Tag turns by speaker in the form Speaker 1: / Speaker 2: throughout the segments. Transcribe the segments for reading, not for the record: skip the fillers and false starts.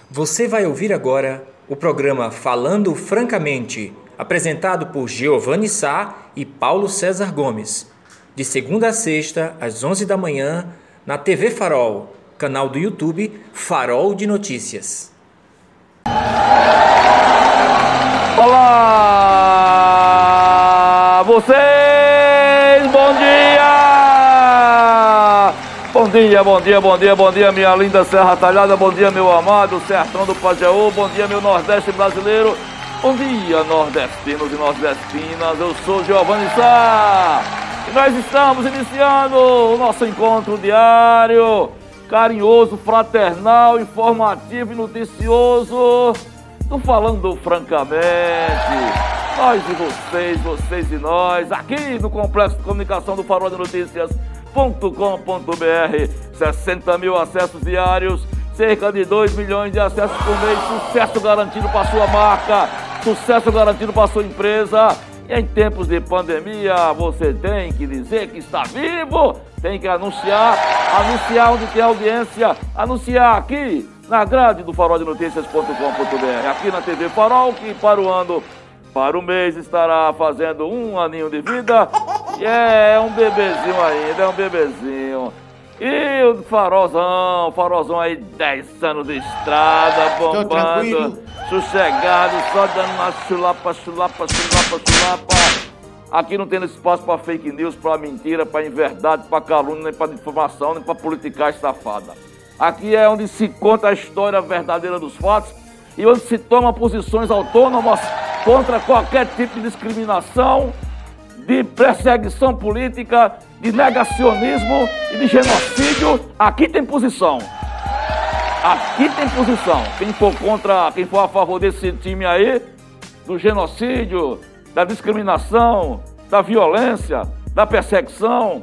Speaker 1: Você vai ouvir agora o programa Falando Francamente, apresentado por Giovanni Sá e Paulo César Gomes, de segunda a sexta, às 11 da manhã, na TV Farol, canal do YouTube Farol de Notícias.
Speaker 2: Olá, vocês, bom dia! Bom dia, minha linda Serra Talhada, bom dia, meu amado sertão do Pajeú, bom dia, meu Nordeste brasileiro, bom dia, nordestinos e nordestinas, eu sou Giovanni Sá, e nós estamos iniciando o nosso encontro diário, carinhoso, fraternal, informativo e noticioso, do Falando Francamente, nós e vocês e nós, aqui no Complexo de Comunicação do Farol de Notícias.com.br, 60 mil acessos diários, cerca de 2 milhões de acessos por mês, sucesso garantido para sua marca, sucesso garantido para sua empresa. E em tempos de pandemia, você tem que dizer que está vivo, tem que anunciar onde tem audiência, anunciar aqui na grade do Farol de Notícias.com.br, aqui na TV Farol, que para o mês estará fazendo 1 aninho de vida, e é um bebezinho ainda, é um bebezinho. E o Farolzão aí, 10 anos de estrada, bombando, sossegado, só dando uma chulapa. Aqui não tem espaço para fake news, para mentira, para inverdade, para calúnia, nem para difamação, nem para politicagem safada. Aqui é onde se conta a história verdadeira dos fatos e onde se toma posições autônomas contra qualquer tipo de discriminação, de perseguição política, de negacionismo e de genocídio. Aqui tem posição. Aqui tem posição. Quem for a favor desse time aí, do genocídio, da discriminação, da violência, da perseguição,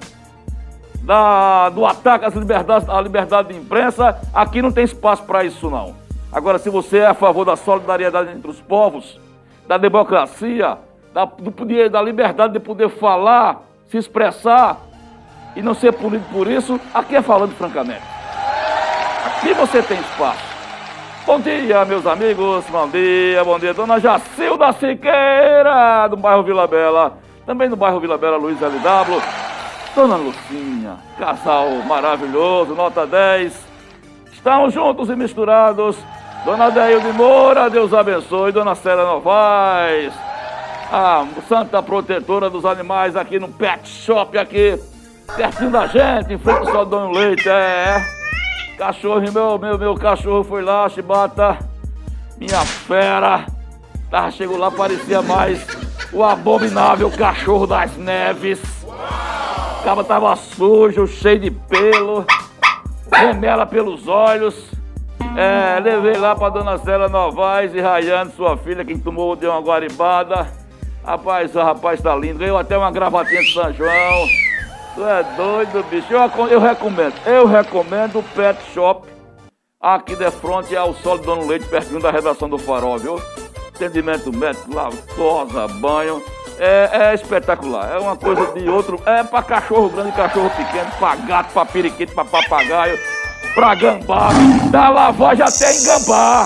Speaker 2: do ataque às liberdades, à liberdade de imprensa, aqui não tem espaço para isso não. Agora, se você é a favor da solidariedade entre os povos, da democracia, da liberdade de poder falar, se expressar e não ser punido por isso, aqui é Falando Francamente. Aqui você tem espaço. Bom dia, meus amigos, bom dia, Dona Jacilda Siqueira, do bairro Vila Bela, também no bairro Vila Bela, Luiz LW, Dona Lucinha, casal maravilhoso, nota 10, estamos juntos e misturados, Dona Deilde Moura, Deus abençoe, Dona Célia Novaes, a santa protetora dos animais aqui no Pet Shop, aqui, pertinho da gente, em frente ao Sodom Leite, cachorro, meu cachorro foi lá, Chibata, minha fera, chegou lá, parecia mais o abominável cachorro das neves, o cabo tava sujo, cheio de pelo, remela pelos olhos, levei lá pra Dona Célia Novaes e Rayane, sua filha, que deu uma guaribada, rapaz, o rapaz tá lindo, ganhou até uma gravatinha de São João. Tu é doido, bicho. Eu recomendo o Pet Shop aqui de frente ao Solidão Leite, pertinho da redação do Farol, viu? Atendimento médico, tosa, banho. É espetacular. É uma coisa de outro. É pra cachorro grande, cachorro pequeno, pra gato, pra periquito, pra papagaio, pra gambá. Da lavagem até em gambá.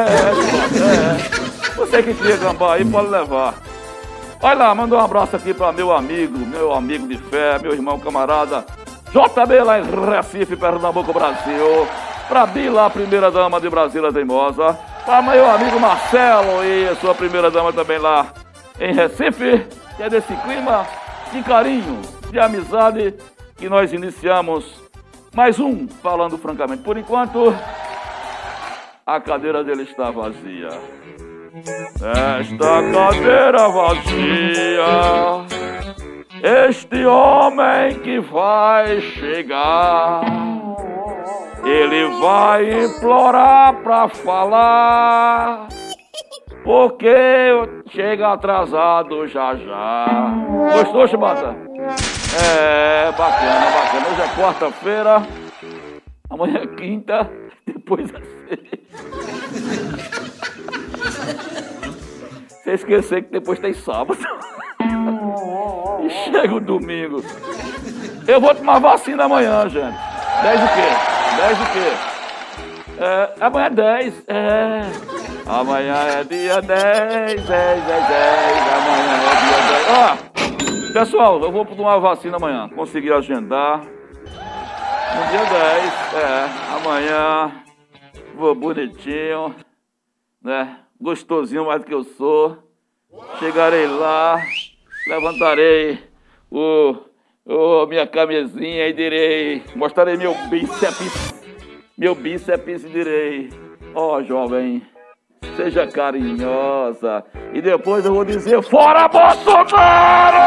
Speaker 2: Você que cria gambá aí pode levar. Olha lá, manda um abraço aqui para meu amigo de fé, meu irmão camarada JB lá em Recife, Pernambuco, Brasil. Pra Bila, a primeira dama de Brasília Teimosa. Pra meu amigo Marcelo e a sua primeira dama também lá em Recife. Que é desse clima de carinho, de amizade que nós iniciamos mais um Falando Francamente. Por enquanto, a cadeira dele está vazia. Esta cadeira vazia, este homem que vai chegar, ele vai implorar pra falar, porque chega atrasado já. Gostou, Chibata? Bacana. Hoje é quarta-feira, amanhã é quinta, depois é sexta. Você esquecer que depois tem sábado. E chega o domingo. Eu vou tomar vacina amanhã, gente. 10 o quê? Amanhã é 10. Amanhã é dia 10, 10, 10, 10. Amanhã é dia 10. Ó, pessoal, eu vou tomar uma vacina amanhã. Consegui agendar. No dia 10, amanhã. Vou bonitinho, né? Gostosinho mais do que eu sou. Chegarei lá, levantarei minha camisinha e direi, mostrarei meu bíceps e direi, ó jovem, seja carinhosa. E depois eu vou dizer, fora Bolsonaro!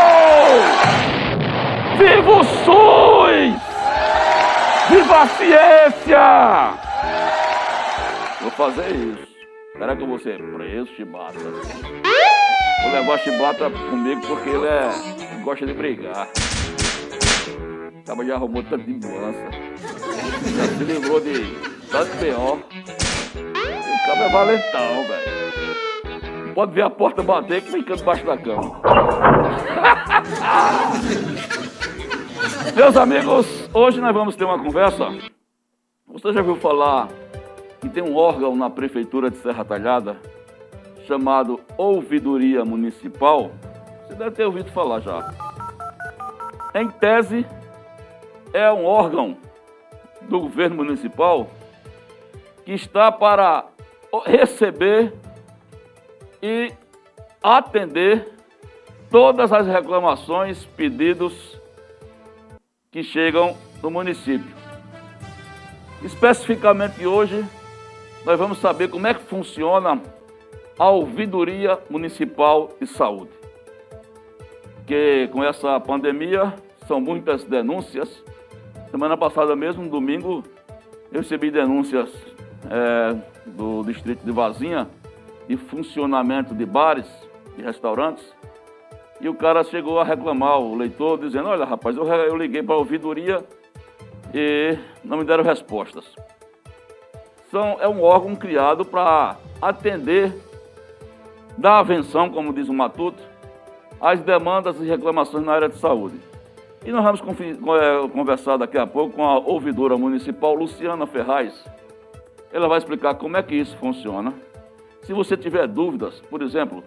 Speaker 2: Viva o SUS! Viva a ciência! Vou fazer isso. Será que eu vou ser preso, Chibata? Vou levar Chibata comigo porque ele gosta de brigar. O cara já arrumou tanto de mudança. Já se livrou de tanto pior. O cara é valentão, velho. Pode ver a porta bater que fica debaixo da cama. Meus amigos, hoje nós vamos ter uma conversa. Você já ouviu falar que tem um órgão na Prefeitura de Serra Talhada chamado Ouvidoria Municipal? Você deve ter ouvido falar já. Em tese, é um órgão do governo municipal que está para receber e atender todas as reclamações, pedidos que chegam no município. Especificamente hoje, nós vamos saber como é que funciona a Ouvidoria Municipal de Saúde. Porque com essa pandemia, são muitas denúncias. Semana passada mesmo, no domingo, eu recebi denúncias do distrito de Vazinha de funcionamento de bares e restaurantes. E o cara chegou a reclamar, o leitor, dizendo, olha rapaz, eu liguei para a ouvidoria e não me deram respostas. É um órgão criado para atender, dar avenção, como diz o Matuto, às demandas e reclamações na área de saúde. E nós vamos conversar daqui a pouco com a ouvidora municipal, Luciana Ferraz. Ela vai explicar como é que isso funciona. Se você tiver dúvidas, por exemplo,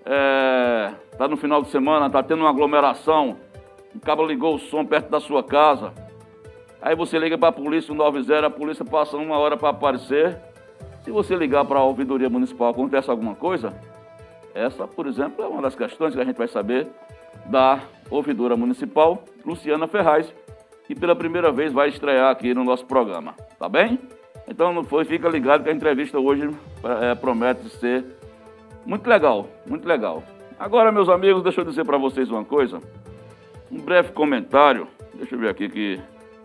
Speaker 2: está no final de semana, está tendo uma aglomeração, o cabo ligou o som perto da sua casa, aí você liga para a polícia, 190, a polícia passa 1 hora para aparecer. Se você ligar para a ouvidoria municipal, acontece alguma coisa? Essa, por exemplo, é uma das questões que a gente vai saber da ouvidora municipal, Luciana Ferraz, que pela primeira vez vai estrear aqui no nosso programa, tá bem? Então não foi, fica ligado que a entrevista hoje promete ser muito legal, muito legal. Agora, meus amigos, deixa eu dizer para vocês uma coisa, um breve comentário, deixa eu ver aqui,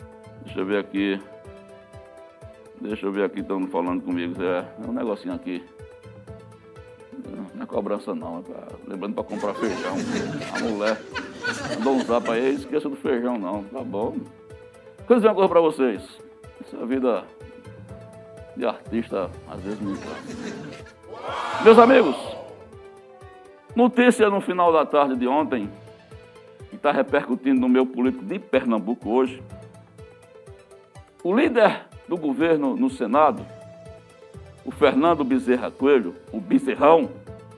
Speaker 2: estão falando comigo, é um negocinho aqui. Não é cobrança não, lembrando para comprar feijão. A mulher mandou um zap aí, esqueça do feijão não, tá bom. Quero dizer uma coisa para vocês, essa vida de artista às vezes me cansa. Meus amigos, notícia no final da tarde de ontem, que está repercutindo no meu político de Pernambuco hoje, o líder do governo no Senado, o Fernando Bezerra Coelho, o Bezerrão,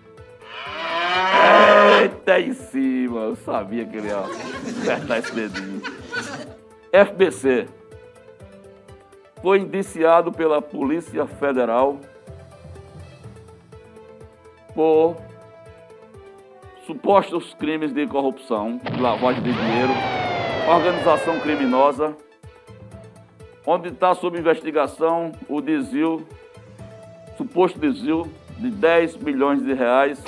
Speaker 2: eita em cima, eu sabia que ele ia apertar esse dedinho. FBC foi indiciado pela Polícia Federal por supostos crimes de corrupção, lavagem de dinheiro, organização criminosa, onde está sob investigação o desvio, suposto desvio de 10 milhões de reais,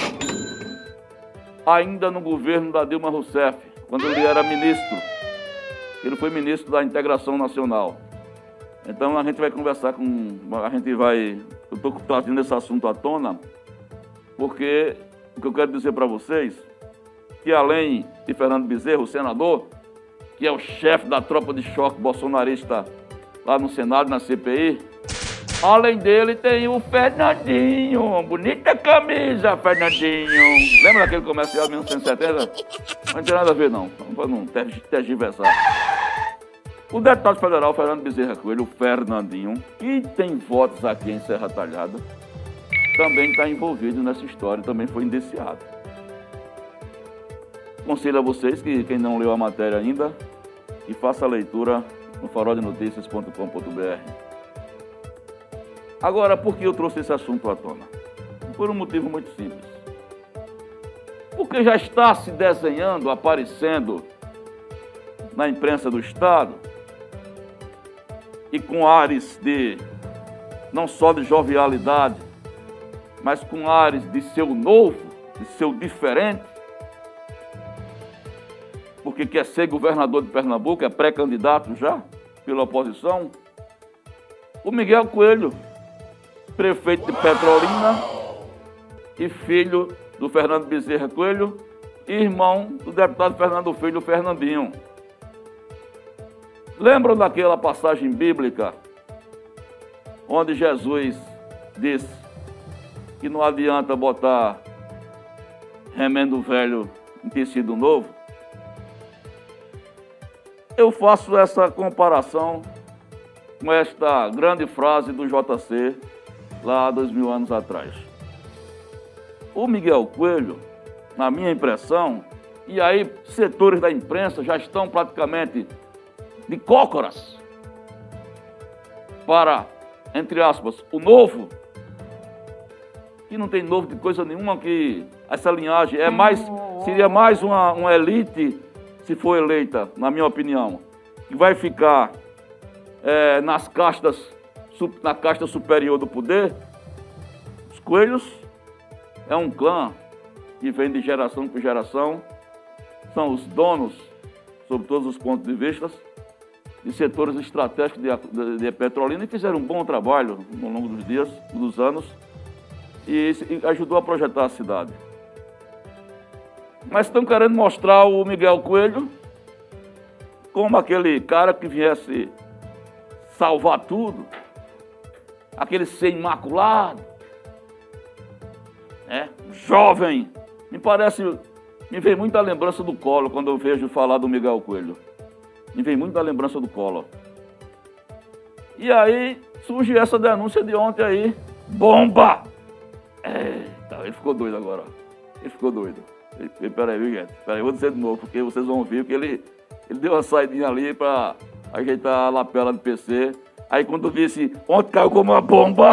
Speaker 2: ainda no governo da Dilma Rousseff, quando ele era ministro. Ele foi ministro da Integração Nacional. Então a gente vai conversar eu estou trazendo esse assunto à tona, porque o que eu quero dizer para vocês, que além de Fernando Bezerra, o senador, que é o chefe da tropa de choque bolsonarista lá no Senado, na CPI, além dele tem o Fernandinho, bonita camisa, Fernandinho. Lembra daquele comercial de 1970? Não tem nada a ver não, para não tergiversar. O deputado federal Fernando Bezerra Coelho, o Fernandinho, que tem votos aqui em Serra Talhada, também está envolvido nessa história, também foi indiciado. Aconselho a vocês que quem não leu a matéria ainda, que faça a leitura no faroldenoticias.com.br. Agora, por que eu trouxe esse assunto à tona? Por um motivo muito simples. Porque já está se desenhando, aparecendo na imprensa do Estado, e com ares de, não só de jovialidade, mas com ares de seu novo, de seu diferente, porque quer ser governador de Pernambuco, é pré-candidato já, pela oposição, o Miguel Coelho, prefeito de Petrolina e filho do Fernando Bezerra Coelho, e irmão do deputado Fernando Filho, o Fernandinho. Lembram daquela passagem bíblica onde Jesus disse que não adianta botar remendo velho em tecido novo? Eu faço essa comparação com esta grande frase do JC lá há 2000 anos atrás. O Miguel Coelho, na minha impressão, e aí setores da imprensa já estão praticamente de cócoras para, entre aspas, o novo, que não tem novo de coisa nenhuma, que essa linhagem seria mais uma elite, se for eleita, na minha opinião, que vai ficar na casta superior do poder. Os Coelhos é um clã que vem de geração por geração, são os donos, sob todos os pontos de vista, de setores estratégicos de Petrolina, e fizeram um bom trabalho ao longo dos dias, dos anos, e ajudou a projetar a cidade. Mas estão querendo mostrar o Miguel Coelho como aquele cara que viesse salvar tudo, aquele ser imaculado, jovem. Me vem muita lembrança do Collor quando eu vejo falar do Miguel Coelho. Me vem muita lembrança do Collor. E aí surge essa denúncia de ontem aí, bomba! Eita, ele ficou doido agora. Ele ficou doido. Peraí, gente. Peraí, vou dizer de novo, porque vocês vão ver que ele deu uma saidinha ali para ajeitar a lapela do PC. Aí quando disse, ontem caiu como uma bomba.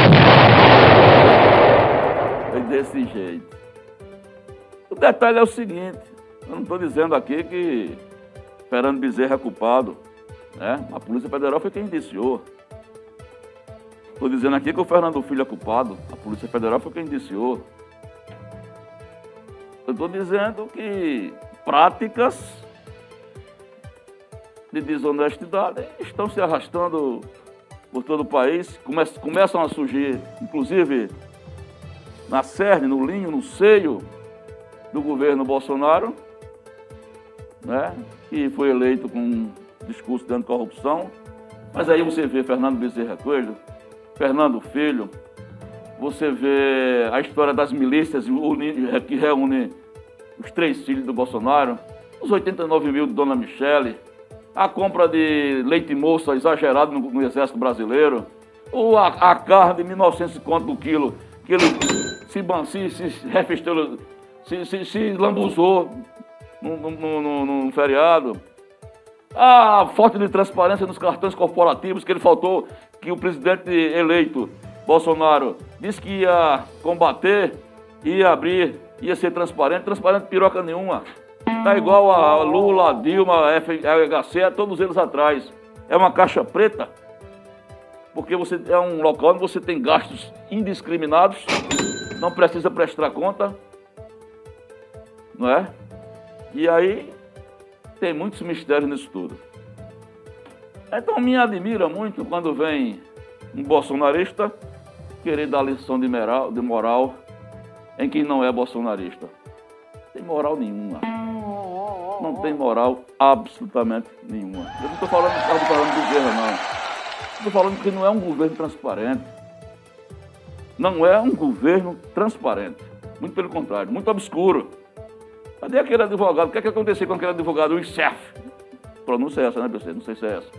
Speaker 2: Foi desse jeito. O detalhe é o seguinte, eu não estou dizendo aqui que Fernando Bezerra é culpado, né? A Polícia Federal foi quem indiciou. Estou dizendo aqui que o Fernando Filho é culpado, a Polícia Federal foi quem indiciou. Eu estou dizendo que práticas de desonestidade estão se arrastando por todo o país, começam a surgir, inclusive na cerne, no linho, no seio do governo Bolsonaro, né? Que foi eleito com um discurso de anticorrupção. Mas aí você vê Fernando Bezerra Coelho, Fernando Filho, você vê a história das milícias que reúne os 3 filhos do Bolsonaro, os 89 mil de Dona Michele, a compra de leite moça exagerado no Exército Brasileiro, ou a carne de 1.900 conto do quilo, que ele se refestou, se lambuzou no feriado. A falta de transparência nos cartões corporativos, que ele faltou, que o presidente eleito, Bolsonaro, disse que ia combater, ia abrir, ia ser transparente piroca nenhuma. Tá igual a Lula, a Dilma, a FHC, todos eles atrás. É uma caixa preta, porque você é um local onde você tem gastos indiscriminados, não precisa prestar conta, não é? E aí tem muitos mistérios nisso tudo. Então me admira muito quando vem um bolsonarista querer dar lição de moral em quem não é bolsonarista. Não tem moral nenhuma. Não tem moral absolutamente nenhuma. Eu não estou falando do Fernando Bezerra, não. Estou falando que não é um governo transparente. Não é um governo transparente. Muito pelo contrário, muito obscuro. Cadê aquele advogado? O que é que aconteceu com aquele advogado, o ICEF? Pronúncia é essa, né, PC? Não sei se é essa.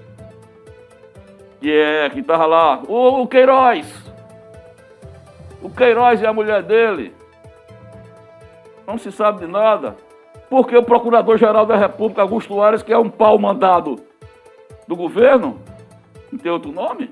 Speaker 2: Que estava lá, o Queiroz. O Queiroz e a mulher dele. Não se sabe de nada. Porque o Procurador-Geral da República, Augusto Aras, que é um pau mandado do governo, não tem outro nome,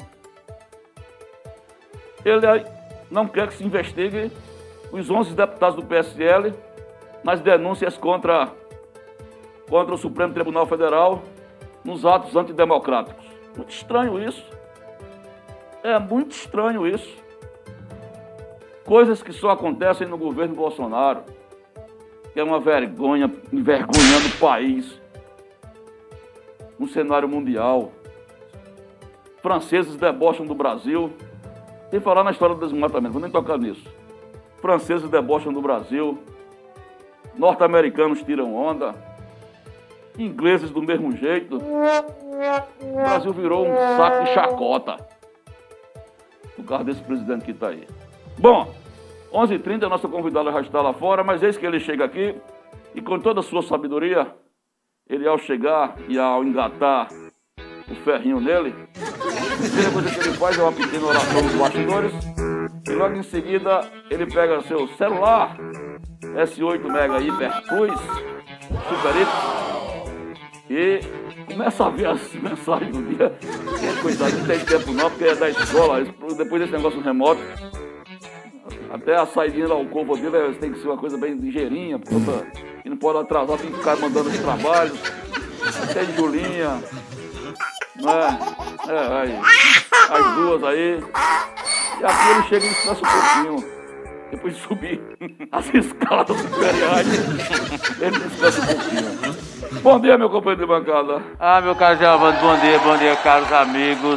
Speaker 2: ele não quer que se investigue os 11 deputados do PSL nas denúncias contra o Supremo Tribunal Federal nos atos antidemocráticos. Muito estranho isso. É muito estranho isso. Coisas que só acontecem no governo Bolsonaro, que é uma vergonha, envergonhando o país, no cenário mundial. Franceses debocham do Brasil, sem falar na história do desmatamento, vou nem tocar nisso. Franceses debocham do Brasil, norte-americanos tiram onda, ingleses do mesmo jeito. O Brasil virou um saco de chacota por causa desse presidente que está aí. Bom, 11h30, a nossa convidada já está lá fora, mas eis que ele chega aqui e com toda a sua sabedoria, ele ao chegar e ao engatar o ferrinho nele, a primeira coisa que ele faz é uma pequena oração dos bastidores e logo em seguida ele pega seu celular S8 Mega Hyper Plus Super X e começa a ver as mensagens do dia. Coitado, não tem tempo não, porque é da escola, depois desse negócio remoto. Até a saidinha da alcova dele tem que ser uma coisa bem ligeirinha, e não pode atrasar, tem que ficar mandando os trabalhos. Tem Julinha, né? Aí, as duas aí. E aqui ele chega e descansa um pouquinho. Depois de subir as escadas imperiais, ele descansa um pouquinho. Bom dia, meu companheiro de bancada.
Speaker 3: Meu caro Giovanni, bom dia, caros amigos.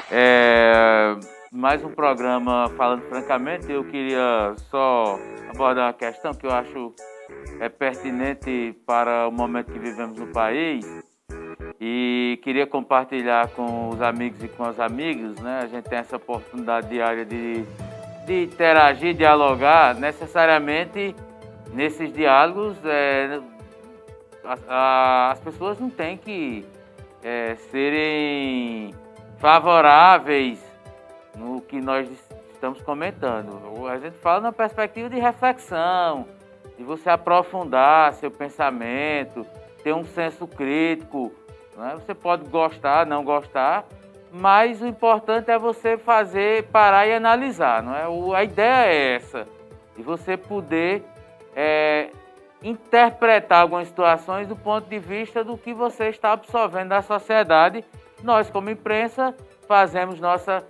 Speaker 3: Mais um programa Falando Francamente. Eu queria só abordar uma questão que eu acho pertinente para o momento que vivemos no país e queria compartilhar com os amigos e com as amigas, né? A gente tem essa oportunidade diária de interagir, dialogar. Necessariamente nesses diálogos as pessoas não têm que serem favoráveis no que nós estamos comentando. A gente fala na perspectiva de reflexão, de você aprofundar seu pensamento, ter um senso crítico, né? Você pode gostar, não gostar, mas o importante é você parar e analisar, não é? A ideia é essa, de você poder interpretar algumas situações do ponto de vista do que você está absorvendo da sociedade. Nós, como imprensa, fazemos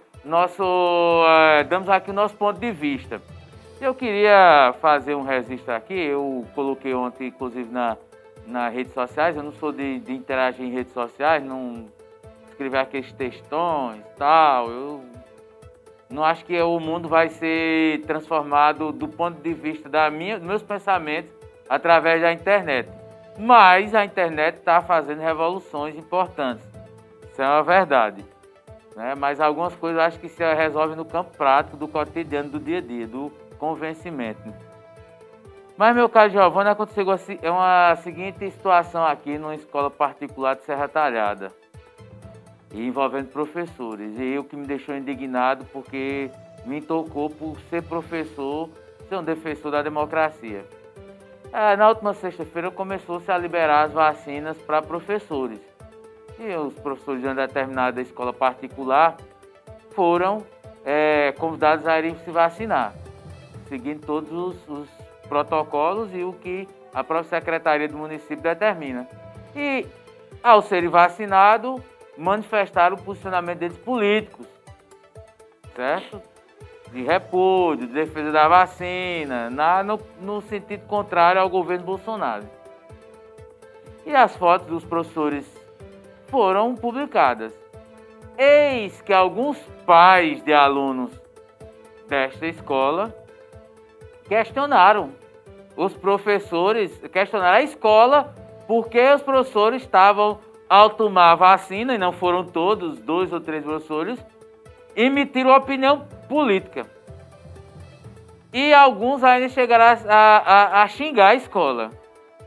Speaker 3: damos aqui o nosso ponto de vista. Eu queria fazer um registro aqui, eu coloquei ontem, inclusive, nas redes sociais. Eu não sou de interagir em redes sociais, não escrever aqueles textões e tal. Eu não acho que o mundo vai ser transformado do ponto de vista dos meus pensamentos através da internet. Mas a internet está fazendo revoluções importantes. Isso é uma verdade. Né? Mas algumas coisas eu acho que se resolvem no campo prático, do cotidiano, do dia a dia, do convencimento. Mas, meu caro Giovanni, aconteceu uma seguinte situação aqui numa escola particular de Serra Talhada, envolvendo professores. E o que me deixou indignado, porque me tocou por ser professor, ser um defensor da democracia. Na última sexta-feira começou-se a liberar as vacinas para professores. E os professores de uma determinada escola particular foram convidados a irem se vacinar, seguindo todos os protocolos e o que a própria Secretaria do município determina. E, ao serem vacinados, manifestaram o posicionamento deles políticos, certo? De repúdio, de defesa da vacina, no sentido contrário ao governo Bolsonaro. E as fotos dos professores foram publicadas. Eis que alguns pais de alunos desta escola questionaram os professores, questionaram a escola porque os professores estavam, ao tomar a vacina, e não foram todos, 2 ou 3 professores, emitiram opinião política. E alguns ainda chegaram a xingar a escola.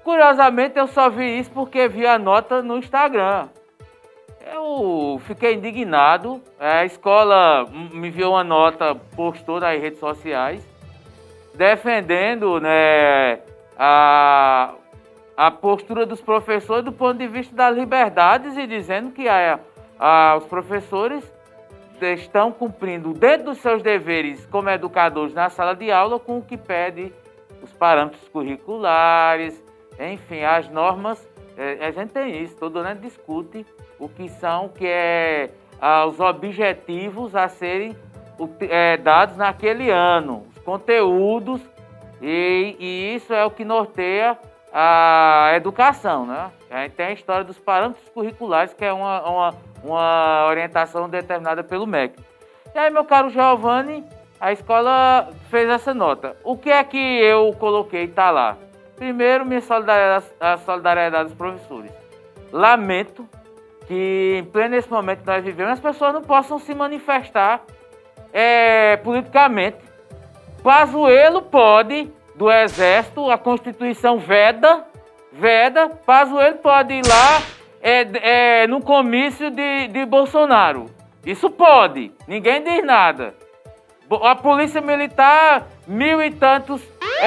Speaker 3: Curiosamente, eu só vi isso porque vi a nota no Instagram. Eu fiquei indignado. A escola me enviou uma nota, postou nas redes sociais, defendendo, né, a postura dos professores do ponto de vista das liberdades e dizendo que os professores estão cumprindo dentro dos seus deveres como educadores na sala de aula com o que pede os parâmetros curriculares, enfim, as normas. A gente tem isso, todo ano discute o que é os objetivos a serem dados naquele ano, os conteúdos, e isso é o que norteia a educação, né? A gente tem a história dos parâmetros curriculares, que é uma orientação determinada pelo MEC. E aí, meu caro Giovanni, a escola fez essa nota. O que é que eu coloquei? Tá lá. Primeiro, minha solidariedade aos professores. Lamento que, em pleno esse momento que nós vivemos, as pessoas não possam se manifestar politicamente. Pazuello pode, do Exército, a Constituição veda, Pazuello pode ir lá no comício de Bolsonaro. Isso pode, ninguém diz nada. A Polícia Militar, 1.000 e tantos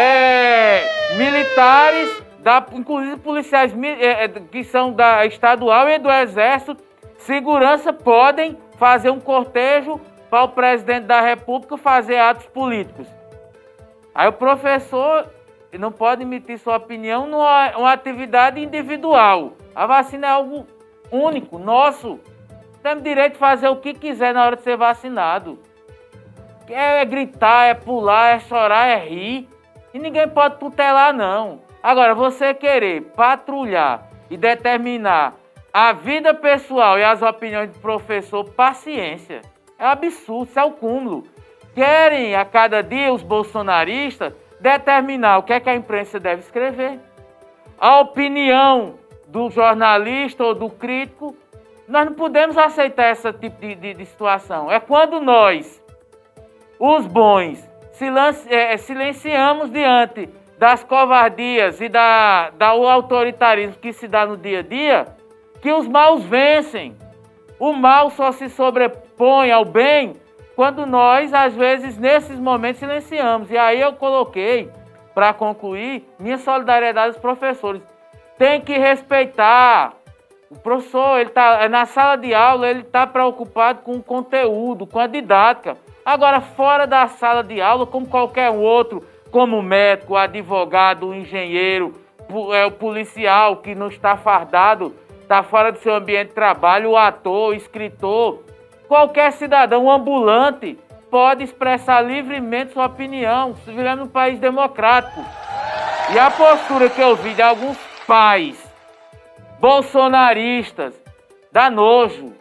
Speaker 3: militares, inclusive policiais que são da estadual e do Exército, segurança, podem fazer um cortejo para o presidente da República fazer atos políticos. Aí o professor não pode emitir sua opinião numa atividade individual. A vacina é algo único, nosso. Temos direito de fazer o que quiser na hora de ser vacinado. É gritar, é pular, é chorar, é rir. E ninguém pode tutelar, não. Agora, você querer patrulhar e determinar a vida pessoal e as opiniões do professor, paciência. É um absurdo, isso é o cúmulo. Querem, a cada dia, os bolsonaristas, determinar o que é que a imprensa deve escrever. A opinião do jornalista ou do crítico, nós não podemos aceitar esse tipo de situação. É quando nós, os bons, silenciamos diante das covardias e do autoritarismo que se dá no dia a dia, que os maus vencem. O mal só se sobrepõe ao bem quando nós, às vezes, nesses momentos, silenciamos. E aí eu coloquei, para concluir, minha solidariedade aos professores. Tem que respeitar. O professor, ele tá na sala de aula, ele está preocupado com o conteúdo, com a didática. Agora, fora da sala de aula, como qualquer outro, como o médico, o advogado, o engenheiro, o policial que não está fardado, está fora do seu ambiente de trabalho, o ator, o escritor, qualquer cidadão ambulante pode expressar livremente sua opinião. Vivemos num país democrático. E a postura que eu vi de alguns pais bolsonaristas dá nojo.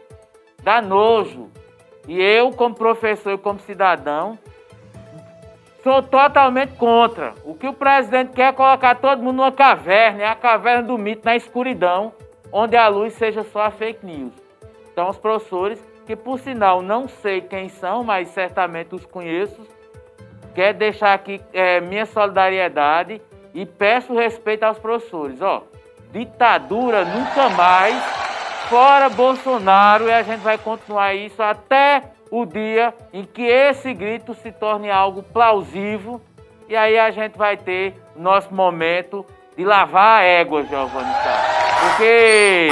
Speaker 3: E eu, como professor e como cidadão, sou totalmente contra. O que o presidente quer é colocar todo mundo numa caverna, é a caverna do mito, na escuridão, onde a luz seja só a fake news. Então, os professores, que por sinal não sei quem são, mas certamente os conheço, quero deixar aqui minha solidariedade e peço respeito aos professores. Ditadura nunca mais, fora Bolsonaro, e a gente vai continuar isso até o dia em que esse grito se torne algo plausível, e aí a gente vai ter nosso momento de lavar a égua, Giovanni Sá. Porque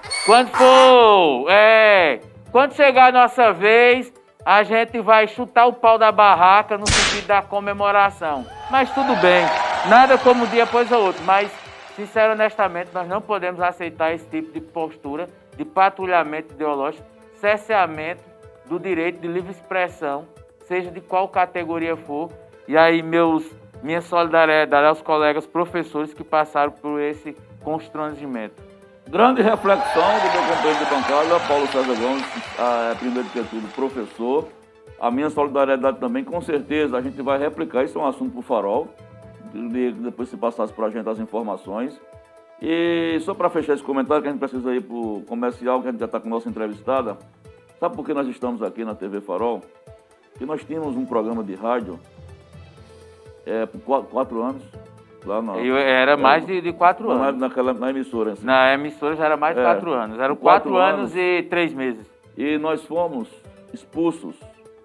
Speaker 3: quando chegar a nossa vez, a gente vai chutar o pau da barraca no sentido da comemoração. Mas tudo bem, nada como um dia após o outro. Mas, sincero, honestamente, nós não podemos aceitar esse tipo de postura de patrulhamento ideológico, cerceamento do direito de livre expressão, seja de qual categoria for. E aí, minha solidariedade aos colegas professores que passaram por esse constrangimento.
Speaker 2: Grande reflexão do meu companheiro de bancada, Paulo César Gomes, primeiro de tudo, professor. A minha solidariedade também, com certeza, a gente vai replicar, isso é um assunto para o Farol, depois se passasse para a gente as informações. E só para fechar esse comentário, que a gente precisa ir para o comercial, que a gente já está com a nossa entrevistada. Sabe por que nós estamos aqui na TV Farol? Porque nós tínhamos um programa de rádio por 4 anos, Lá não.
Speaker 3: Era mais de 4 anos.
Speaker 2: Na emissora. Assim.
Speaker 3: Na emissora já era mais de 4 anos. Eram 4 anos e 3 meses.
Speaker 2: E nós fomos expulsos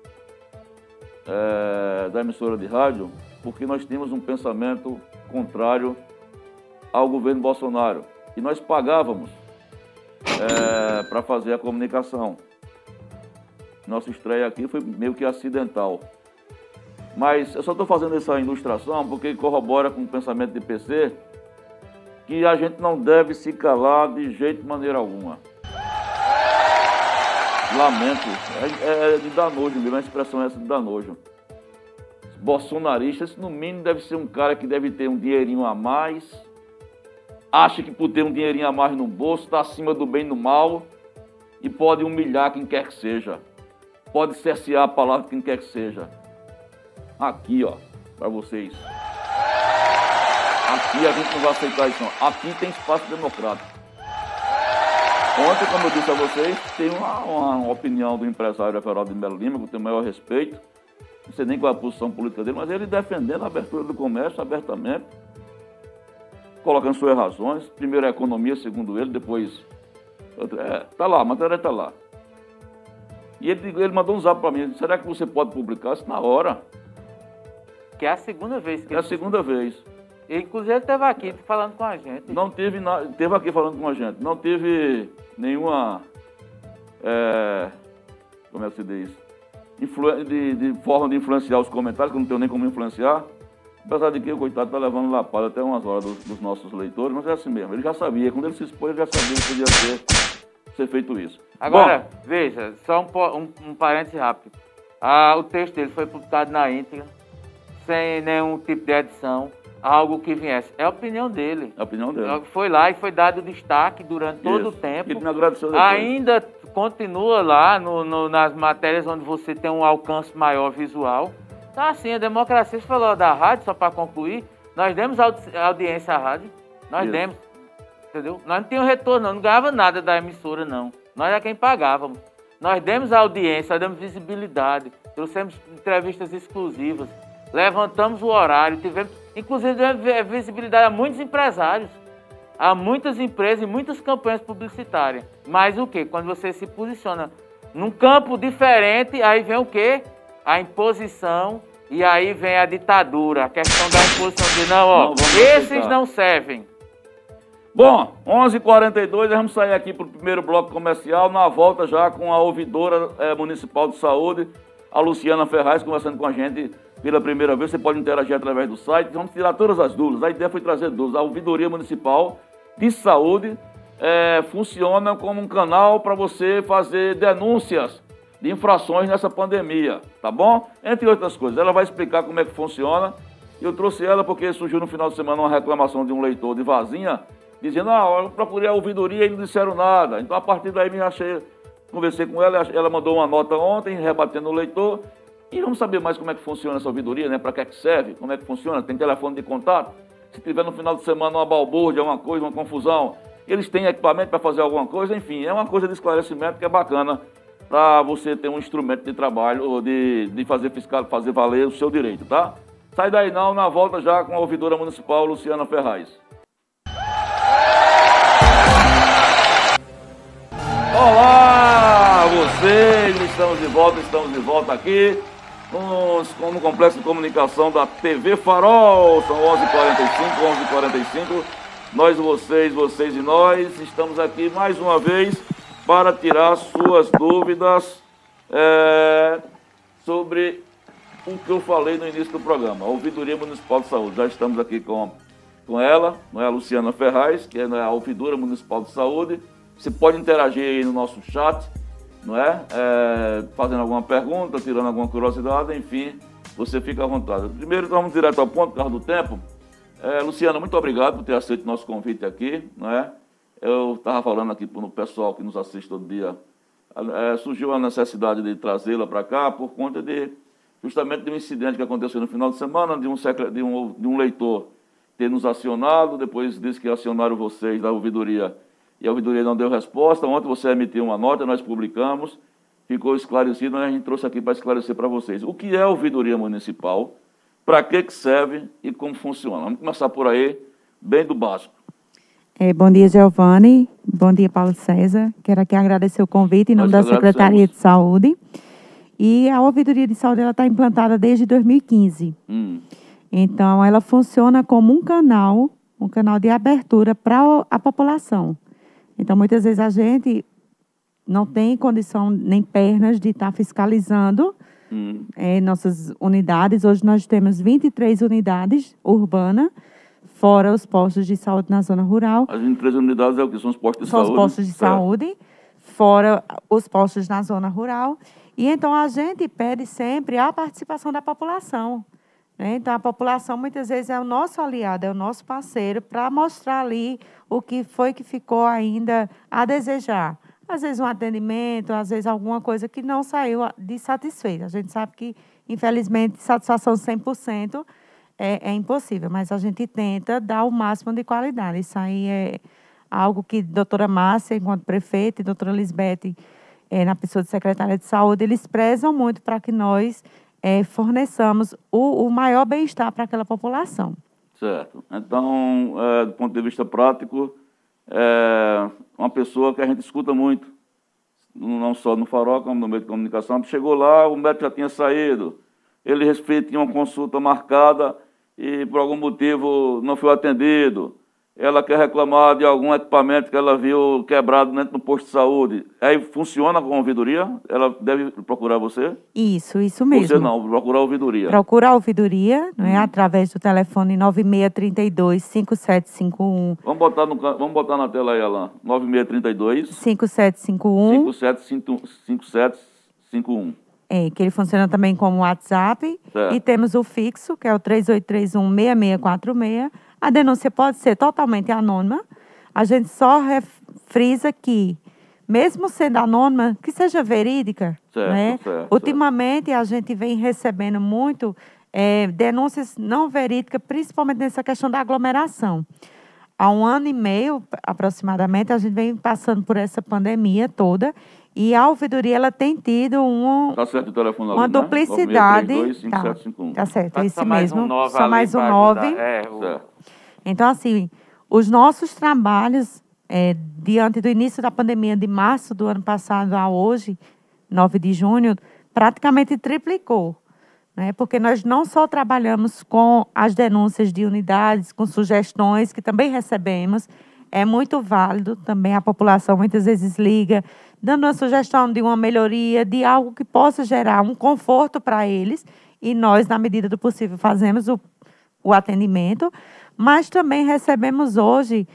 Speaker 2: da emissora de rádio porque nós tínhamos um pensamento contrário ao governo Bolsonaro. E nós pagávamos para fazer a comunicação. Nossa estreia aqui foi meio que acidental. Mas eu só estou fazendo essa ilustração porque corrobora com o pensamento de PC que a gente não deve se calar de jeito de maneira alguma. Lamento, é de dar nojo mesmo, a expressão é essa de dar nojo. Bolsonaristas, no mínimo, deve ser um cara que deve ter um dinheirinho a mais, acha que por ter um dinheirinho a mais no bolso, está acima do bem e do mal e pode humilhar quem quer que seja. Pode cercear a palavra de quem quer que seja. Aqui, ó, para vocês. Aqui a gente não vai aceitar isso, não. Aqui tem espaço democrático. Ontem, como eu disse a vocês, tem uma opinião do empresário Everaldo de Melo Lima, que eu tenho o maior respeito. Não sei nem qual é a posição política dele, mas ele defendendo a abertura do comércio abertamente, colocando suas razões. Primeiro a economia, segundo ele, depois... Tá lá, a matéria está lá. E ele mandou um zap para mim, será que você pode publicar isso na hora?
Speaker 3: Que é a segunda vez que
Speaker 2: É a segunda vez.
Speaker 3: Inclusive ele esteve aqui falando com a gente.
Speaker 2: Não teve nada, esteve aqui falando com a gente. Não teve nenhuma, como é que se diz? De forma de influenciar os comentários, que eu não tenho nem como influenciar. Apesar de que o coitado está levando lapada até umas horas dos nossos leitores, mas é assim mesmo. Ele já sabia, quando ele se expôs, ele já sabia que podia ser feito isso.
Speaker 3: Agora, veja, só um parênteses rápido. O texto dele foi publicado na íntegra, sem nenhum tipo de edição, algo que viesse. É a opinião dele.
Speaker 2: É a opinião dele.
Speaker 3: Foi lá e foi dado destaque durante todo o tempo.
Speaker 2: Ele me agradeceu depois.
Speaker 3: Ainda continua lá nas matérias onde você tem um alcance maior visual. Então, assim, a democracia, você falou da rádio, só para concluir, nós demos audiência à rádio, nós demos, entendeu? Nós não tínhamos retorno, não ganhava nada da emissora, não. Nós é quem pagávamos. Nós demos audiência, nós demos visibilidade, trouxemos entrevistas exclusivas, levantamos o horário, tivemos, inclusive, demos visibilidade a muitos empresários, a muitas empresas e muitas campanhas publicitárias. Mas o quê? Quando você se posiciona num campo diferente, aí vem o quê? A imposição, e aí vem a ditadura, a questão da imposição de não, esses não servem.
Speaker 2: Bom, 11h42, vamos sair aqui para o primeiro bloco comercial, na volta já com a ouvidora municipal de saúde, a Luciana Ferraz, conversando com a gente pela primeira vez. Você pode interagir através do site, vamos tirar todas as dúvidas. A ideia foi trazer dúvidas. A ouvidoria municipal de saúde funciona como um canal para você fazer denúncias de infrações nessa pandemia, tá bom? Entre outras coisas, ela vai explicar como é que funciona. Eu trouxe ela porque surgiu no final de semana uma reclamação de um leitor de Vazinha, dizendo, eu procurei a ouvidoria e não disseram nada. Então, a partir daí, conversei com ela, ela mandou uma nota ontem, rebatendo o leitor, e vamos saber mais como é que funciona essa ouvidoria, né? Para que é que serve, como é que funciona, tem telefone de contato, se tiver no final de semana uma balbúrdia, uma coisa, uma confusão, eles têm equipamento para fazer alguma coisa, enfim, é uma coisa de esclarecimento que é bacana para você ter um instrumento de trabalho, de fazer valer o seu direito, tá? Sai daí não, na volta já com a ouvidora municipal Luciana Ferraz. Olá, vocês, estamos de volta aqui no Complexo de Comunicação da TV Farol, são 11h45, vocês e nós, estamos aqui mais uma vez para tirar suas dúvidas sobre o que eu falei no início do programa, a Ouvidoria Municipal de Saúde. Já estamos aqui com ela, não é, a Luciana Ferraz, que é a Ouvidora Municipal de Saúde. Você pode interagir aí no nosso chat, não é? Fazendo alguma pergunta, tirando alguma curiosidade, enfim, você fica à vontade. Primeiro, vamos direto ao ponto, por causa do tempo. Luciana, muito obrigado por ter aceito o nosso convite aqui, não é? Eu estava falando aqui para o pessoal que nos assiste todo dia. Surgiu a necessidade de trazê-la para cá por conta justamente de um incidente que aconteceu no final de semana, de um leitor ter nos acionado, depois disse que acionaram vocês da ouvidoria e a ouvidoria não deu resposta. Ontem você emitiu uma nota, nós publicamos, ficou esclarecido, mas a gente trouxe aqui para esclarecer para vocês. O que é a ouvidoria municipal? para que serve e como funciona. Vamos começar por aí, bem do básico.
Speaker 4: Bom dia, Giovanni. Bom dia, Paulo César. Quero aqui agradecer o convite em nome da Secretaria de Saúde. E a ouvidoria de saúde está implantada desde 2015. Então, ela funciona como um canal de abertura para a população. Então, muitas vezes a gente não tem condição nem pernas de estar fiscalizando nossas unidades. Hoje nós temos 23 unidades urbanas, fora os postos de saúde na zona rural.
Speaker 2: As 23 unidades é o que? São os postos de saúde?
Speaker 4: São os postos de saúde, fora os postos na zona rural. E então a gente pede sempre a participação da população. Né? Então a população muitas vezes é o nosso aliado, é o nosso parceiro para mostrar ali o que foi que ficou ainda a desejar. Às vezes um atendimento, às vezes alguma coisa que não saiu de satisfeita. A gente sabe que, infelizmente, satisfação 100% é impossível, mas a gente tenta dar o máximo de qualidade. Isso aí é algo que a doutora Márcia, enquanto prefeita, e a doutora Lisbeth, na pessoa de secretária de saúde, eles prezam muito para que nós forneçamos o maior bem-estar para aquela população.
Speaker 2: Certo. Então, do ponto de vista prático, uma pessoa que a gente escuta muito, não só no Farol, como no meio de comunicação, chegou lá, o médico já tinha saído, ele tinha uma consulta marcada e por algum motivo não foi atendido. Ela quer reclamar de algum equipamento que ela viu quebrado dentro do posto de saúde. Aí funciona com a ouvidoria? Ela deve procurar você?
Speaker 4: Isso mesmo.
Speaker 2: Você não, procurar a ouvidoria.
Speaker 4: Procura a ouvidoria, através do telefone 9632-5751.
Speaker 2: Vamos botar na tela aí, Alain. 9632
Speaker 4: 5751.
Speaker 2: 5751.
Speaker 4: Que ele funciona também como WhatsApp. Certo. E temos o fixo, que é o 3831-6646. A denúncia pode ser totalmente anônima. A gente só frisa que, mesmo sendo anônima, que seja verídica.
Speaker 2: Certo,
Speaker 4: né?
Speaker 2: Certo,
Speaker 4: Ultimamente, a gente vem recebendo muito denúncias não verídicas, principalmente nessa questão da aglomeração. Há 1 ano e meio, aproximadamente, a gente vem passando por essa pandemia toda e a ouvidoria ela tem tido
Speaker 2: tá certo o telefone ali,
Speaker 4: uma duplicidade.
Speaker 2: 9632-5751.
Speaker 4: Tá certo, é esse
Speaker 3: só
Speaker 4: mesmo.
Speaker 3: Só mais um 9.
Speaker 4: Então, assim, os nossos trabalhos, diante do início da pandemia, de março do ano passado a hoje, 9 de junho, praticamente triplicou. Né? Porque nós não só trabalhamos com as denúncias de unidades, com sugestões, que também recebemos, é muito válido também, a população muitas vezes liga, dando uma sugestão de uma melhoria, de algo que possa gerar um conforto para eles, e nós, na medida do possível, fazemos o atendimento, mas também recebemos hoje,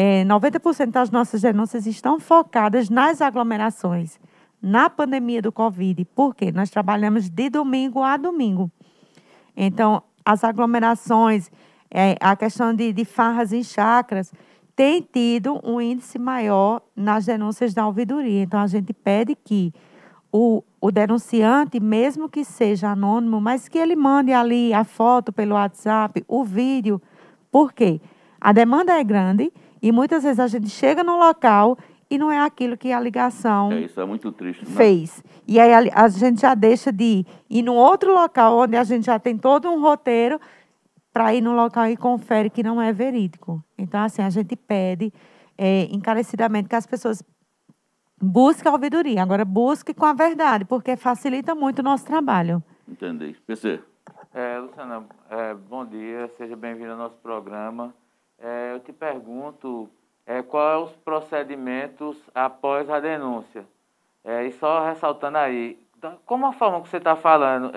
Speaker 4: 90% das nossas denúncias estão focadas nas aglomerações, na pandemia do Covid. Por quê? Nós trabalhamos de domingo a domingo. Então, as aglomerações, a questão de farras em chácaras, tem tido um índice maior nas denúncias da ouvidoria. Então, a gente pede que o denunciante, mesmo que seja anônimo, mas que ele mande ali a foto pelo WhatsApp, o vídeo. Por quê? A demanda é grande e muitas vezes a gente chega no local e não é aquilo que a ligação
Speaker 2: isso é muito triste, né?
Speaker 4: fez. E aí a gente já deixa de ir num outro local onde a gente já tem todo um roteiro para ir no local e confere que não é verídico. Então, assim, a gente pede encarecidamente que as pessoas busquem a ouvidoria. Agora, busque com a verdade, porque facilita muito o nosso trabalho.
Speaker 2: Entendi. PC.
Speaker 3: Luciana, bom dia, seja bem-vindo ao nosso programa. Eu te pergunto quais são os procedimentos após a denúncia. E só ressaltando aí, como a forma que você está falando,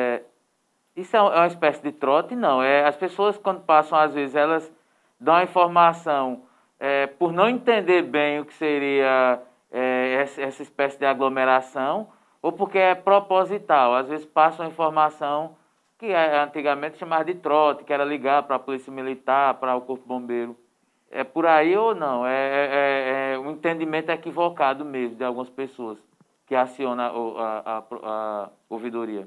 Speaker 3: isso é uma espécie de trote? Não. As pessoas, quando passam, às vezes, elas dão a informação por não entender bem o que seria essa espécie de aglomeração, ou porque é proposital. Às vezes passam a informação que antigamente chamava de trote, que era ligar para a polícia militar, para o corpo bombeiro. É por aí ou não? Um entendimento equivocado mesmo de algumas pessoas que acionam a ouvidoria.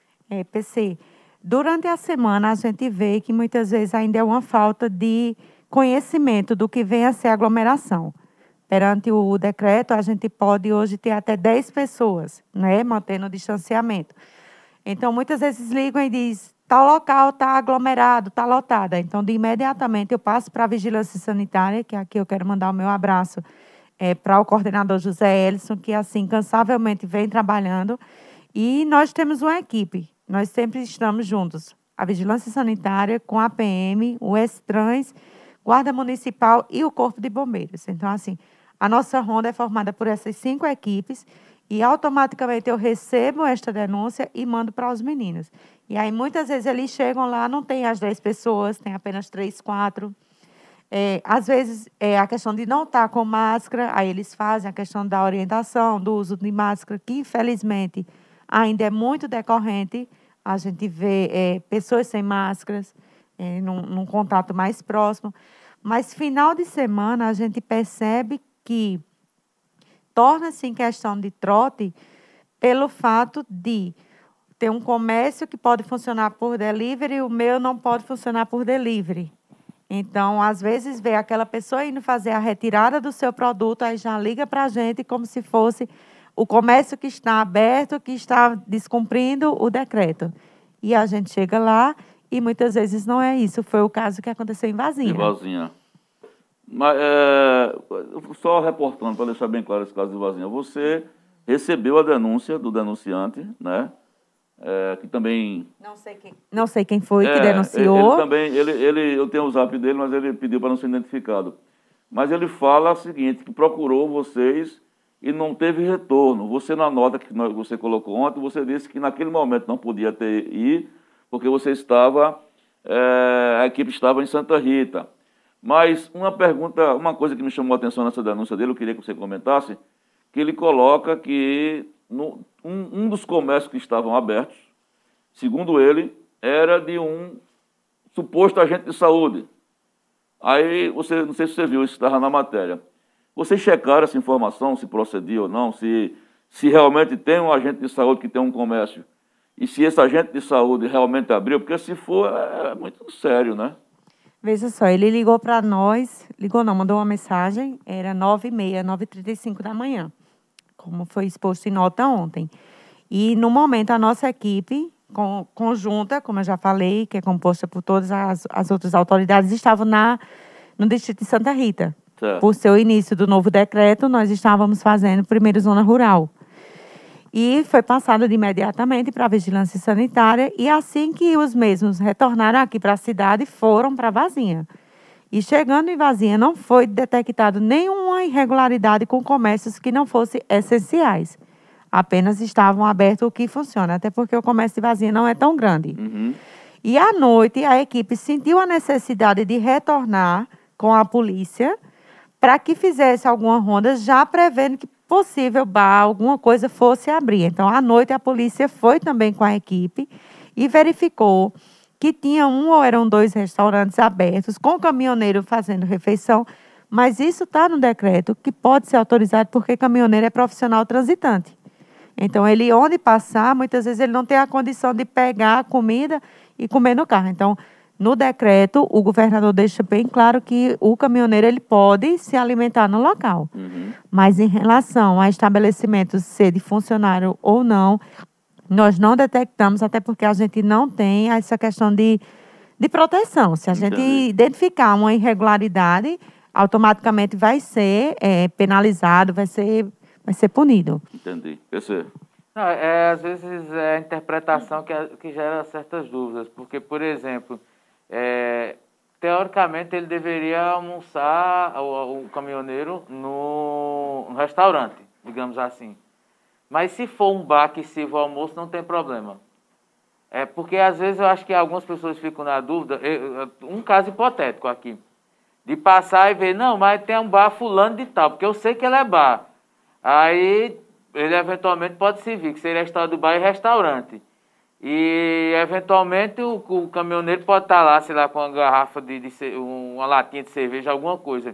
Speaker 4: PC, durante a semana a gente vê que muitas vezes ainda é uma falta de conhecimento do que vem a ser aglomeração. Perante o decreto, a gente pode hoje ter até 10 pessoas, né, mantendo o distanciamento. Então, muitas vezes ligam e dizem, tal local está aglomerado, está lotada. Então, de imediatamente, eu passo para a Vigilância Sanitária, que aqui eu quero mandar o meu abraço para o coordenador José Elson, que, assim, incansavelmente vem trabalhando. E nós temos uma equipe, nós sempre estamos juntos. A Vigilância Sanitária com a PM, o S-Trans, Guarda Municipal e o Corpo de Bombeiros. Então, assim, a nossa ronda é formada por essas 5 equipes e automaticamente eu recebo esta denúncia e mando para os meninos. E aí, muitas vezes, eles chegam lá, não tem as 10 pessoas, tem apenas 3, 4. Às vezes, a questão de não estar com máscara, aí eles fazem a questão da orientação, do uso de máscara, que, infelizmente, ainda é muito decorrente. A gente vê pessoas sem máscaras, num contato mais próximo. Mas, final de semana, a gente percebe que torna-se em questão de trote pelo fato de ter um comércio que pode funcionar por delivery e o meu não pode funcionar por delivery. Então, às vezes, vê aquela pessoa indo fazer a retirada do seu produto, aí já liga para a gente como se fosse o comércio que está aberto, que está descumprindo o decreto. E a gente chega lá e muitas vezes não é isso. Foi o caso que aconteceu em Varzinha.
Speaker 2: Em Varzinha. Mas, só reportando, para deixar bem claro esse caso de Varzinha, você recebeu a denúncia do denunciante, né? Que também...
Speaker 4: Não sei quem foi que denunciou.
Speaker 2: Eu tenho o zap dele, mas ele pediu para não ser identificado. Mas ele fala o seguinte, que procurou vocês e não teve retorno. Você, na nota que você colocou ontem, você disse que naquele momento não podia ir, porque você estava... a equipe estava em Santa Rita. Mas uma coisa que me chamou a atenção nessa denúncia dele, eu queria que você comentasse, que ele coloca que um dos comércios que estavam abertos, segundo ele, era de um suposto agente de saúde. Aí, não sei se você viu, isso estava na matéria. Vocês checaram essa informação, se procedia ou não, se realmente tem um agente de saúde que tem um comércio, e se esse agente de saúde realmente abriu, porque se for, é muito sério, né?
Speaker 4: Veja só, ele ligou para nós, mandou uma mensagem, era 9h30, 9h35 da manhã, como foi exposto em nota ontem. E, no momento, a nossa equipe, conjunta, como eu já falei, que é composta por todas as outras autoridades, estavam no distrito de Santa Rita. Certo. Por ser o início do novo decreto, nós estávamos fazendo primeiro zona rural. E foi passado imediatamente para a Vigilância Sanitária, e assim que os mesmos retornaram aqui para a cidade, foram para Varzinha. E chegando em Varzinha, não foi detectado nenhuma irregularidade com comércios que não fossem essenciais. Apenas estavam abertos o que funciona, até porque o comércio de Varzinha não é tão grande.
Speaker 2: Uhum.
Speaker 4: E à noite, a equipe sentiu a necessidade de retornar com a polícia para que fizesse alguma ronda, já prevendo que possível bar, alguma coisa fosse abrir. Então, à noite, a polícia foi também com a equipe e verificou que tinha um ou eram 2 restaurantes abertos, com o caminhoneiro fazendo refeição, mas isso está no decreto, que pode ser autorizado porque caminhoneiro é profissional transitante. Então, ele, onde passar, muitas vezes ele não tem a condição de pegar a comida e comer no carro. Então, no decreto, o governador deixa bem claro que o caminhoneiro ele pode se alimentar no local.
Speaker 2: Uhum.
Speaker 4: Mas em relação a estabelecimentos, ser de funcionário ou não, nós não detectamos, até porque a gente não tem essa questão de proteção. Se a gente identificar uma irregularidade, automaticamente vai ser penalizado, vai ser punido.
Speaker 2: Entendi. PC.
Speaker 3: Não, às vezes é a interpretação que gera certas dúvidas, porque, por exemplo, teoricamente ele deveria almoçar, o caminhoneiro, no restaurante, digamos assim. Mas se for um bar que sirva o almoço, não tem problema. Porque às vezes eu acho que algumas pessoas ficam na dúvida, um caso hipotético aqui, de passar e ver, não, mas tem um bar fulano de tal, porque eu sei que ele é bar. Aí ele eventualmente pode servir, que seria a história do bar e restaurante. E, eventualmente, o caminhoneiro pode estar lá, sei lá, com uma garrafa uma latinha de cerveja, alguma coisa.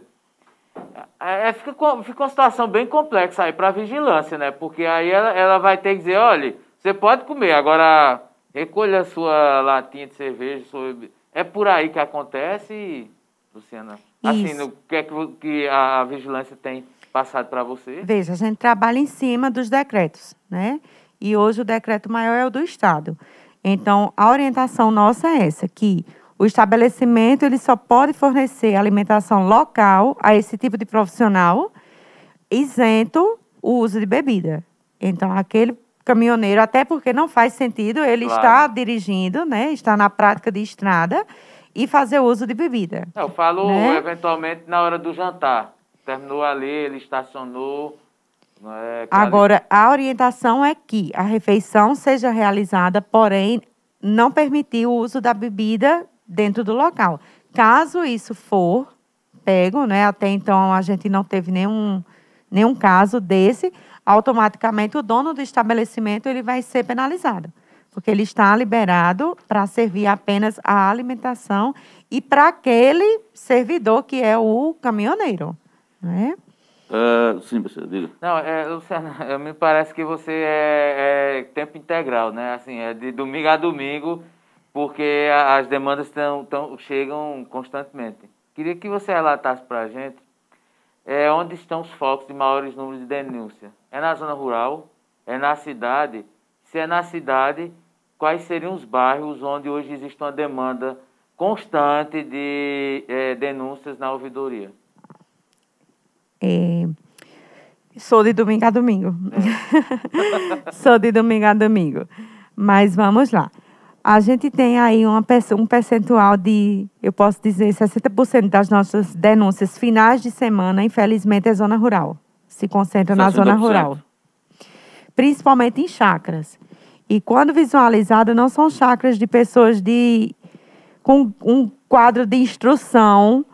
Speaker 3: Fica uma situação bem complexa aí para a vigilância, né? Porque aí ela vai ter que dizer, olha, você pode comer, agora recolha a sua latinha de cerveja. É por aí que acontece, Luciana? Assim, o que é que a vigilância tem passado para você?
Speaker 4: Veja, a gente trabalha em cima dos decretos, né? e hoje o decreto maior é o do Estado. Então, a orientação nossa é essa, que o estabelecimento ele só pode fornecer alimentação local a esse tipo de profissional, isento o uso de bebida. Então, aquele caminhoneiro, até porque não faz sentido ele estar dirigindo, né, estar na prática de estrada e fazer uso de bebida.
Speaker 3: Eu falo,
Speaker 4: né?
Speaker 3: Eventualmente, na hora do jantar. Terminou ali, ele estacionou.
Speaker 4: Agora, a orientação é que a refeição seja realizada, porém, não permitir o uso da bebida dentro do local. Caso isso for pego, né, até então a gente não teve nenhum caso desse, automaticamente o dono do estabelecimento ele vai ser penalizado, porque ele está liberado para servir apenas a alimentação e para aquele servidor que é o caminhoneiro, né?
Speaker 2: Sim, você diga.
Speaker 3: Não, Luciana, me parece que você é tempo integral, né? Assim, é de domingo a domingo, porque as demandas chegam constantemente. Queria que você relatasse para a gente onde estão os focos de maiores números de denúncia. É na zona rural? É na cidade? Se é na cidade, quais seriam os bairros onde hoje existe uma demanda constante de denúncias na ouvidoria?
Speaker 4: Sou de domingo a domingo. Sou de domingo a domingo. Mas vamos lá. A gente tem aí um percentual de, eu posso dizer, 60% das nossas denúncias finais de semana, infelizmente, é zona rural. Se concentra na zona rural. Principalmente em chácaras. E quando visualizado, não são chácaras de pessoas com um quadro de instrução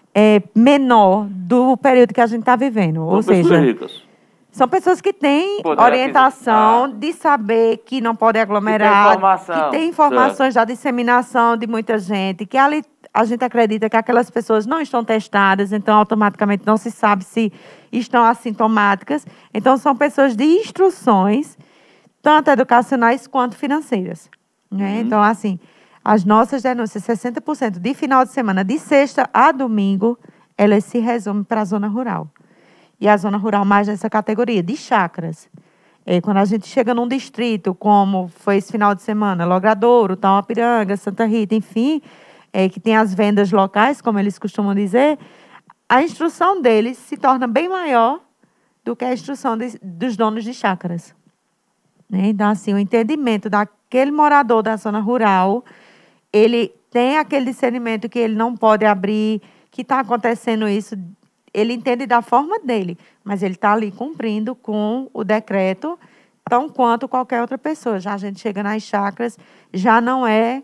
Speaker 4: menor do período que a gente está vivendo. Ou seja,
Speaker 2: ricas.
Speaker 4: São pessoas que têm orientação de saber que não pode aglomerar, que tem informações da disseminação de muita gente, que ali a gente acredita que aquelas pessoas não estão testadas, então automaticamente não se sabe se estão assintomáticas. Então, são pessoas de instruções, tanto educacionais quanto financeiras. Né? Então, assim, as nossas denúncias, 60% de final de semana, de sexta a domingo, elas se resumem para a zona rural. E a zona rural mais nessa categoria, de chácaras. Quando a gente chega num distrito, como foi esse final de semana, Logradouro, Tauapiranga, Santa Rita, enfim, que tem as vendas locais, como eles costumam dizer, a instrução deles se torna bem maior do que a instrução dos donos de chácaras. Né? Então, assim, o entendimento daquele morador da zona rural, ele tem aquele discernimento que ele não pode abrir, que está acontecendo isso. Ele entende da forma dele, mas ele está ali cumprindo com o decreto, tão quanto qualquer outra pessoa. Já a gente chega nas chácaras, já não é,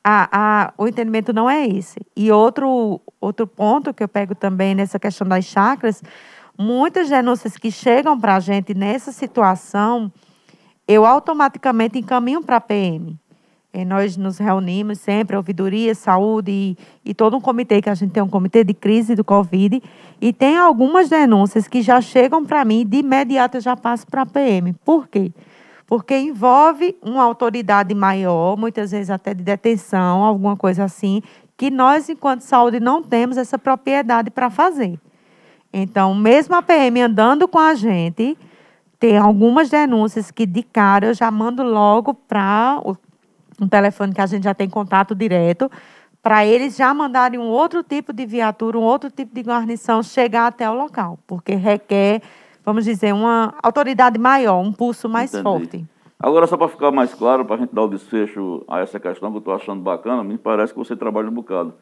Speaker 4: o entendimento não é esse. E outro ponto que eu pego também nessa questão das chácaras, muitas denúncias que chegam para a gente nessa situação, eu automaticamente encaminho para a PM. Nós nos reunimos sempre, ouvidoria, saúde e todo um comitê, que a gente tem um comitê de crise do Covid, e tem algumas denúncias que já chegam para mim, de imediato eu já passo para a PM. Por quê? Porque envolve uma autoridade maior, muitas vezes até de detenção, alguma coisa assim, que nós, enquanto saúde, não temos essa propriedade para fazer. Então, mesmo a PM andando com a gente, tem algumas denúncias que, de cara, eu já mando logo para um telefone que a gente já tem contato direto, para eles já mandarem um outro tipo de viatura, um outro tipo de guarnição chegar até o local, porque requer, vamos dizer, uma autoridade maior, um pulso mais forte.
Speaker 2: Agora, só para ficar mais claro, para a gente dar o desfecho a essa questão que eu estou achando bacana, me parece que você trabalha um bocado.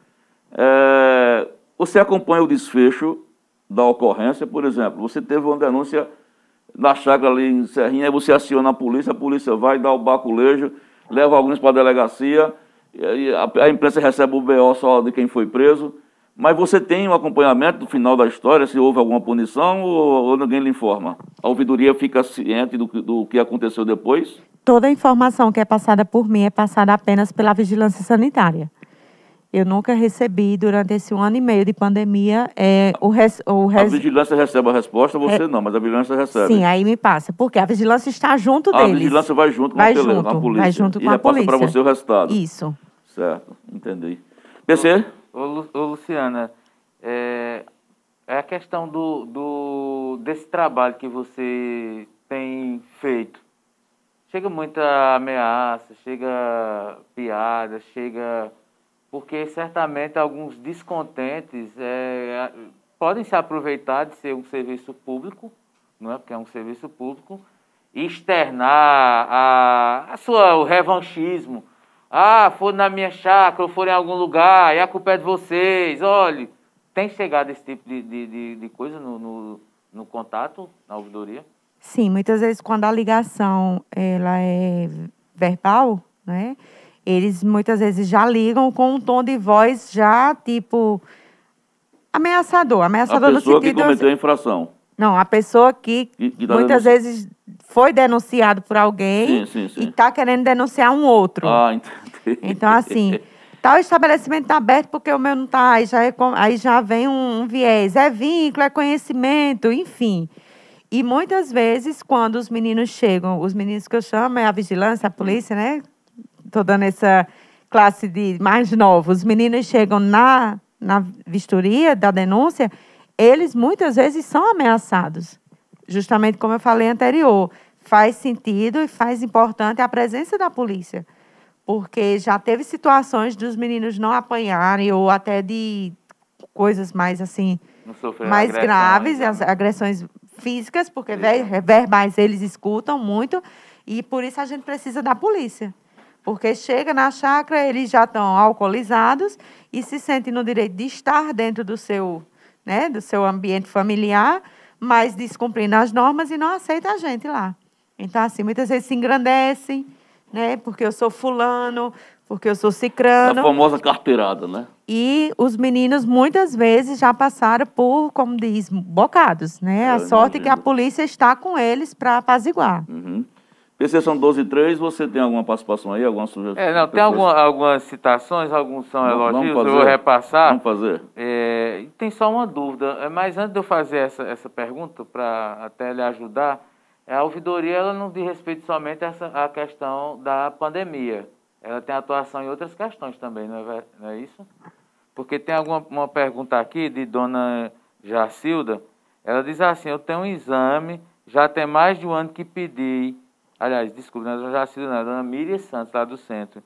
Speaker 2: Você acompanha o desfecho da ocorrência, por exemplo, você teve uma denúncia na chácara ali em Serrinha, aí você aciona a polícia vai dar o baculejo, leva alguns para a delegacia, e a imprensa recebe o BO só de quem foi preso. Mas você tem um acompanhamento do final da história, se houve alguma punição ou ninguém lhe informa? A ouvidoria fica ciente do que aconteceu depois?
Speaker 4: Toda a informação que é passada por mim é passada apenas pela vigilância sanitária. Eu nunca recebi, durante esse 1 ano e meio de pandemia,
Speaker 2: A vigilância recebe a resposta, você não, mas a vigilância recebe.
Speaker 4: Sim, aí me passa, porque a vigilância está junto deles.
Speaker 2: A vigilância vai junto com a polícia.
Speaker 4: Vai junto com a polícia.
Speaker 2: E repassa para você o resultado.
Speaker 4: Isso.
Speaker 2: Certo, entendi. PC?
Speaker 3: Ô, Luciana, a questão desse trabalho que você tem feito, chega muita ameaça, chega piada, chega... Porque certamente alguns descontentes podem se aproveitar de ser um serviço público, não é? Porque é um serviço público, e externar o revanchismo. For na minha chácara, ou for em algum lugar, e a culpa é de vocês. Olha, tem chegado esse tipo de coisa no contato, na ouvidoria?
Speaker 4: Sim, muitas vezes quando a ligação ela é verbal, né? Eles muitas vezes já ligam com um tom de voz já tipo ameaçador no sentido...
Speaker 2: A pessoa que cometeu a infração.
Speaker 4: Não, a pessoa que
Speaker 2: tá
Speaker 4: muitas vezes foi denunciado por alguém
Speaker 2: sim.
Speaker 4: e está querendo denunciar um outro.
Speaker 2: Entendi.
Speaker 4: Então, assim, tal estabelecimento está aberto porque o meu não está, aí já vem um viés, é vínculo, é conhecimento, enfim. E muitas vezes, quando os meninos chegam, os meninos que eu chamo é a vigilância, a polícia, né? Estou dando essa classe de mais novos. Os meninos chegam na vistoria da denúncia, eles muitas vezes são ameaçados. Justamente como eu falei anterior, faz sentido e faz importante a presença da polícia. Porque já teve situações dos meninos não apanharem ou até de coisas mais assim, mais graves, as agressões físicas, porque verbais eles escutam muito e por isso a gente precisa da polícia. Porque chega na chácara, eles já estão alcoolizados e se sentem no direito de estar dentro do seu ambiente familiar, mas descumprindo as normas e não aceita a gente lá. Então, assim, muitas vezes se engrandecem, né? Porque eu sou fulano, porque eu sou cicrano.
Speaker 2: A famosa carteirada, né?
Speaker 4: E os meninos, muitas vezes, já passaram por, como diz, bocados, né? A sorte é que a polícia está com eles para apaziguar.
Speaker 2: Uhum. PC são 12:03, você tem alguma participação aí, alguma sugestão?
Speaker 3: Tem algumas citações, alguns são elogios, eu vou repassar.
Speaker 2: Vamos fazer.
Speaker 3: Tem só uma dúvida, mas antes de eu fazer essa pergunta, para até lhe ajudar, a ouvidoria ela não diz respeito somente à questão da pandemia. Ela tem atuação em outras questões também, não é isso? Porque tem uma pergunta aqui de dona Jacilda, ela diz assim, eu tenho um exame, já tem mais de um ano que pedi. Aliás, desculpa, não é dona Jacilda, não, é dona Miriam Santos, lá do centro.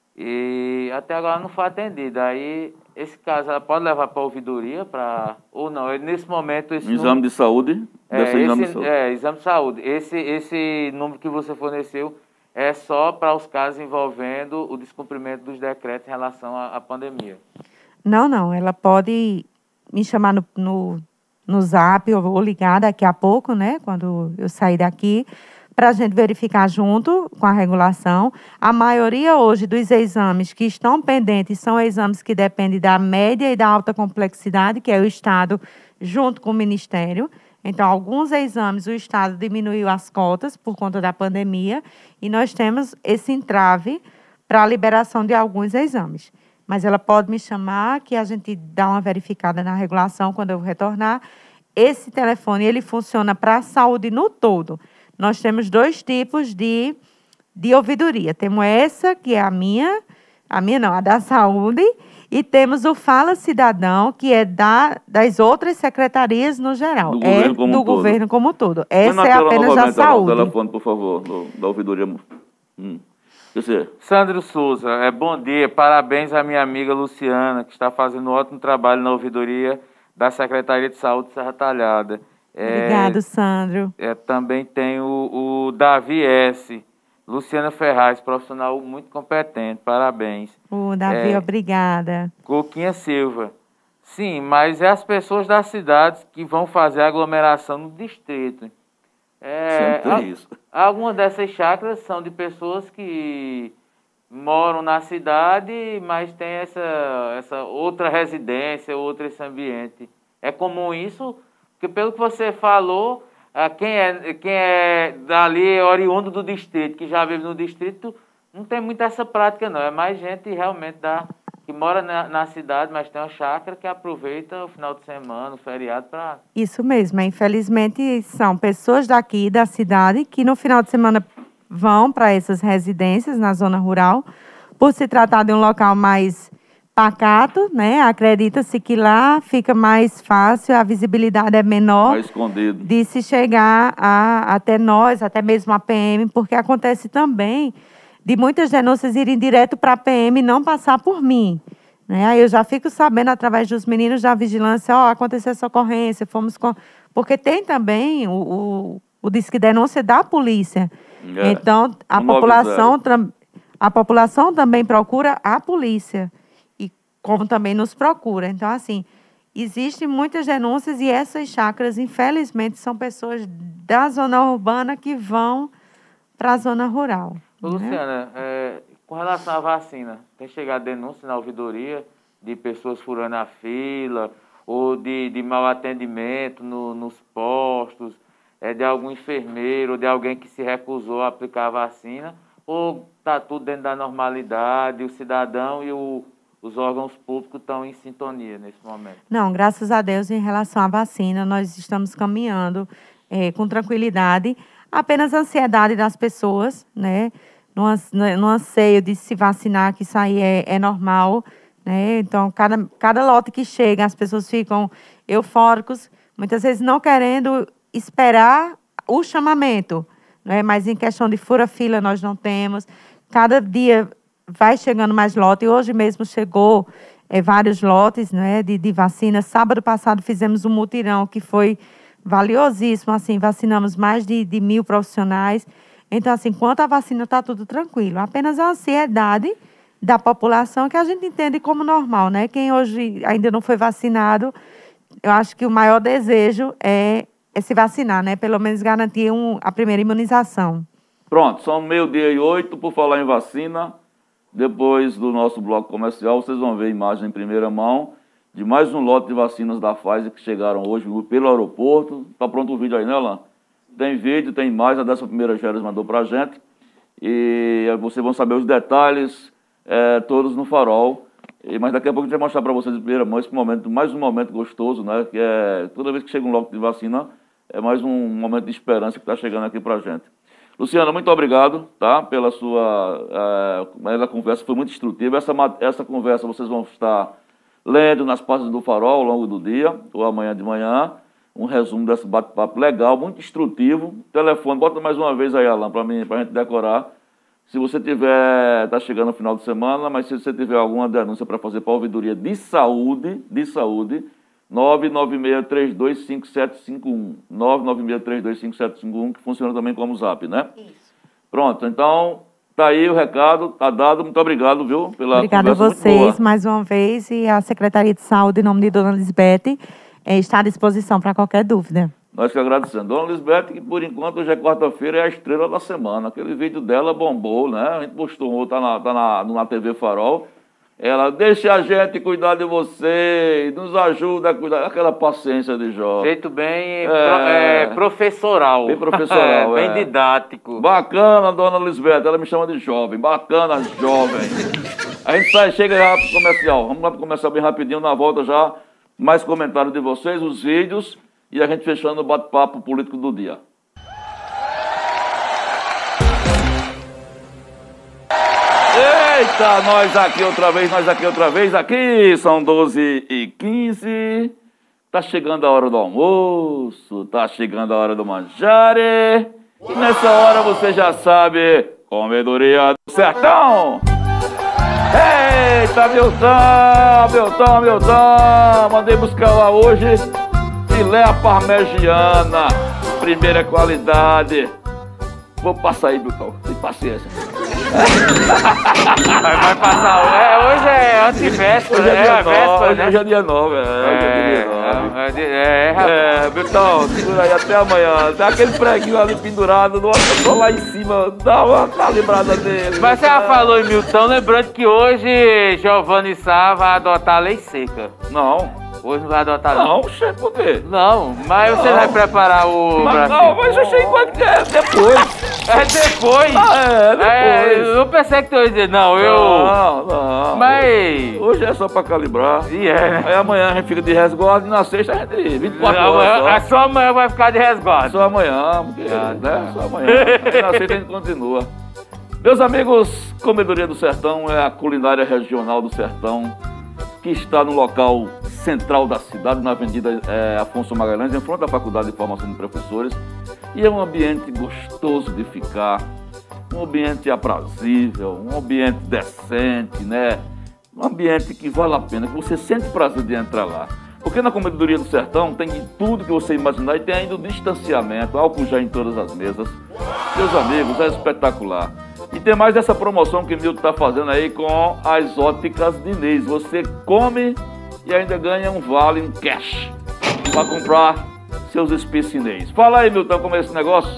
Speaker 3: E até agora não foi atendida. Aí, esse caso, ela pode levar para a ouvidoria, ou não? Nesse momento...
Speaker 2: Exame de saúde?
Speaker 3: Exame de saúde. Esse número que você forneceu é só para os casos envolvendo o descumprimento dos decretos em relação à pandemia.
Speaker 4: Não. Ela pode me chamar no Zap ou ligar daqui a pouco, né? Quando eu sair daqui, para a gente verificar junto com a regulação. A maioria hoje dos exames que estão pendentes são exames que dependem da média e da alta complexidade, que é o Estado junto com o Ministério. Então, alguns exames o Estado diminuiu as cotas por conta da pandemia e nós temos esse entrave para a liberação de alguns exames. Mas ela pode me chamar, que a gente dá uma verificada na regulação quando eu retornar. Esse telefone, ele funciona para a saúde no todo. Nós temos 2 tipos de ouvidoria. Temos essa, que é a da saúde, e temos o Fala Cidadão, que é das outras secretarias no geral. Do governo como um todo. Essa é apenas da saúde.
Speaker 2: O telefone, por favor, da ouvidoria.
Speaker 3: Sandro Souza, bom dia, parabéns à minha amiga Luciana, que está fazendo um ótimo trabalho na ouvidoria da Secretaria de Saúde de Serra Talhada.
Speaker 4: Obrigado, Sandro.
Speaker 3: Também tem o Davi S., Luciana Ferraz, profissional muito competente, parabéns.
Speaker 4: Davi, obrigada.
Speaker 3: Coquinha Silva. Sim, mas é as pessoas das cidades que vão fazer a aglomeração no distrito.
Speaker 2: Isso.
Speaker 3: Algumas dessas chácaras são de pessoas que moram na cidade, mas tem essa outra residência, esse ambiente. É comum isso? Porque pelo que você falou, quem é dali, oriundo do distrito, que já vive no distrito, não tem muito essa prática, não. É mais gente realmente que mora na cidade, mas tem uma chácara que aproveita o final de semana, o feriado para...
Speaker 4: Isso mesmo. Infelizmente, são pessoas daqui da cidade que no final de semana vão para essas residências na zona rural, por se tratar de um local mais pacato, né? Acredita-se que lá fica mais fácil, a visibilidade é menor.
Speaker 2: Mais escondido.
Speaker 4: De se chegar até nós, até mesmo a PM, porque acontece também de muitas denúncias irem direto para a PM e não passar por mim. Né? Aí eu já fico sabendo, através dos meninos da vigilância, aconteceu essa ocorrência, porque tem também o Disque Denúncia da polícia. Então, a população também procura a polícia, e como também nos procura. Então, assim, existem muitas denúncias e essas chácaras, infelizmente, são pessoas da zona urbana que vão para a zona rural.
Speaker 3: Luciana, com relação à vacina, tem chegado denúncia na ouvidoria de pessoas furando a fila ou de mau atendimento nos postos, de algum enfermeiro, de alguém que se recusou a aplicar a vacina, ou está tudo dentro da normalidade, o cidadão e os órgãos públicos estão em sintonia nesse momento? Não,
Speaker 4: graças a Deus, em relação à vacina, nós estamos caminhando com tranquilidade, apenas a ansiedade das pessoas, né? No anseio de se vacinar, que isso aí é normal, né? Então, cada lote que chega, as pessoas ficam eufóricos, muitas vezes não querendo esperar o chamamento, né? Mas em questão de fura-fila nós não temos. Cada dia vai chegando mais lote. Hoje mesmo chegou vários lotes, né, de vacina. Sábado passado fizemos um mutirão que foi valiosíssimo, assim, vacinamos mais de 1.000 profissionais. Então, assim, quanto à vacina, está tudo tranquilo. Apenas a ansiedade da população, que a gente entende como normal, né? Quem hoje ainda não foi vacinado, eu acho que o maior desejo é se vacinar, né? Pelo menos garantir a primeira imunização.
Speaker 2: Pronto, são 12:08, por falar em vacina. Depois do nosso bloco comercial, vocês vão ver imagem em primeira mão de mais um lote de vacinas da Pfizer que chegaram hoje pelo aeroporto. Está pronto o vídeo aí, né, Alain? Tem vídeo, tem imagem, a 11ª Géras mandou para a gente. E vocês vão saber os detalhes todos no Farol. Mas daqui a pouco a gente vai mostrar para vocês em primeira mão esse momento, mais um momento gostoso, né? Que toda vez que chega um lote de vacina, é mais um momento de esperança que está chegando aqui para a gente. Luciana, muito obrigado, tá? Pela sua conversa, foi muito instrutiva. Essa conversa vocês vão estar lendo nas páginas do Farol ao longo do dia, ou amanhã de manhã. Um resumo desse bate-papo legal, muito instrutivo. Telefone, bota mais uma vez aí, Alan, para a gente decorar. Se você está chegando no final de semana, mas se você tiver alguma denúncia para fazer para a ouvidoria de saúde, 996325751. 996325751, que funciona também como Zap, né? Isso. Pronto, então, tá aí o recado, tá dado. Muito obrigado, viu, pela
Speaker 4: Obrigada a vocês mais uma vez, e a Secretaria de Saúde, em nome de Dona Lisbeth, está à disposição para qualquer dúvida.
Speaker 2: Nós que agradecemos. Dona Lisbeth, que por enquanto hoje é quarta-feira, é a estrela da semana. Aquele vídeo dela bombou, né? A gente postou, tá na TV Farol. Ela, deixa a gente cuidar de você, nos ajuda a cuidar. Aquela paciência de jovem.
Speaker 3: Feito bem, professoral.
Speaker 2: Bem professoral,
Speaker 3: bem didático.
Speaker 2: Bacana, Dona Lisbeth, ela me chama de jovem. Bacana, jovem. A gente chega já pro comercial. Vamos lá pro comercial bem rapidinho, na volta já. Mais comentários de vocês, os vídeos, e a gente fechando o bate-papo político do dia. Eita, nós aqui outra vez, aqui são 12h15. Tá chegando a hora do almoço, tá chegando a hora do manjare. E nessa hora você já sabe, Comedoria do Sertão. Eita, Milton, mandei buscar lá hoje filé à parmegiana, primeira qualidade. Vou passar aí, Milton, tem paciência.
Speaker 3: Vai passar, hoje é antivéspera,
Speaker 2: hoje é dia 9,
Speaker 3: véspera, né?
Speaker 2: Hoje é dia 9, Milton, segura aí até amanhã. Dá aquele preguinho ali pendurado, nossa, tô lá em cima, dá uma calibrada dele.
Speaker 3: Mas você já falou em Milton, lembrando que hoje Giovanni Sá vai adotar a lei seca.
Speaker 2: Não.
Speaker 3: Hoje não vai adotar
Speaker 2: não. Não, chefe, por quê?
Speaker 3: Não, mas você vai preparar o Brasil.
Speaker 2: Não, mas eu achei que é depois.
Speaker 3: É depois?
Speaker 2: Depois.
Speaker 3: Eu pensei que tu ia dizer, não.
Speaker 2: Não.
Speaker 3: Mas...
Speaker 2: Hoje é só pra calibrar.
Speaker 3: E né?
Speaker 2: Aí amanhã a gente fica de resguardo e na sexta a gente 24 horas
Speaker 3: só amanhã vai ficar de resguardo.
Speaker 2: Só amanhã, porque, né? Só amanhã. Aí na sexta a gente continua. Meus amigos, Comedoria do Sertão é a culinária regional do Sertão. que está no local central da cidade, na Avenida Afonso Magalhães, em frente à Faculdade de Formação de Professores. E é um ambiente gostoso de ficar, um ambiente aprazível, um ambiente decente, né? Um ambiente que vale a pena, que você sente prazer de entrar lá. Porque na Comedoria do Sertão tem de tudo que você imaginar e tem ainda o distanciamento, álcool já em todas as mesas. Meus amigos, é espetacular. E tem mais essa promoção que o Milton está fazendo aí com as óticas Diniz. Você come e ainda ganha um vale, um cash, para comprar seus especinéis. Fala aí, Milton, como é esse negócio?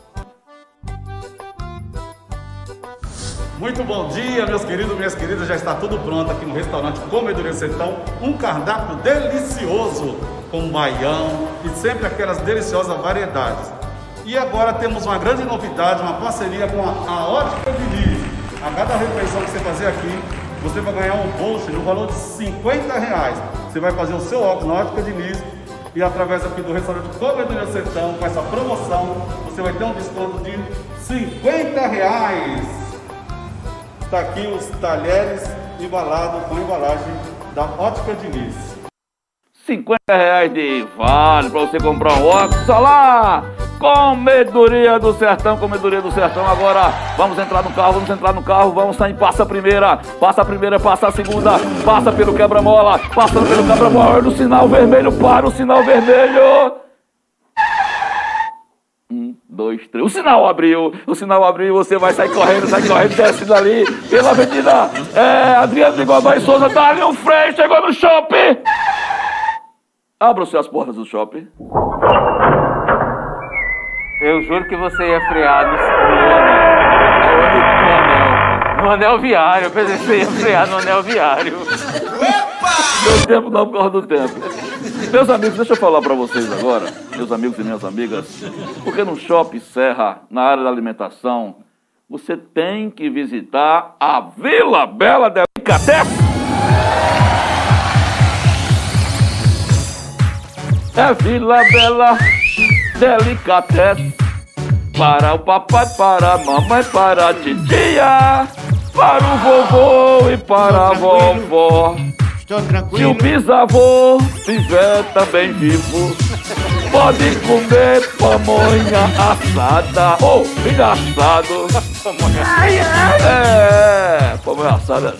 Speaker 5: Muito bom dia, meus queridos, minhas queridas. Já está tudo pronto aqui no restaurante Comedoria do Sertão. Um cardápio delicioso com baião e sempre aquelas deliciosas variedades. E agora temos uma grande novidade, uma parceria com a Ótica Diniz. A cada refeição que você fazer aqui, você vai ganhar um voucher no valor de R$50. Você vai fazer o seu óculos na Ótica Diniz e através aqui do restaurante Comedoria do Sertão, com essa promoção, você vai ter um desconto de R$50. Está aqui os talheres embalados com embalagem da Ótica Diniz.
Speaker 2: R$50 de vale para você comprar um óculos. Olha lá! Comedoria do Sertão, Comedoria do Sertão. Agora vamos entrar no carro, vamos sair. Passa a primeira, passa a segunda, passa pelo quebra-mola, no sinal vermelho, para o sinal vermelho. 1, 2, 3. O sinal abriu, você vai sair correndo, desce dali pela avenida Adriano de Godoy Souza, dá ali um freio, chegou no shopping. Abram-se as portas do shopping.
Speaker 3: Eu juro que você ia frear no anel viário. Eu pensei que você ia frear no anel viário.
Speaker 2: Meu tempo não, por causa do tempo. Meus amigos, deixa eu falar para vocês agora, meus amigos e minhas amigas, porque no Shopping Serra, na área da alimentação, você tem que visitar a Vila Bela Delicatessen. É Vila Bela Delicatessen, para o papai, para a mamãe, para a titia, para o vovô e para a vovó.
Speaker 6: Estou tranquilo.
Speaker 2: Se o bisavô estiver também vivo, pode comer pamonha assada ou milho assado. Pamonha assada.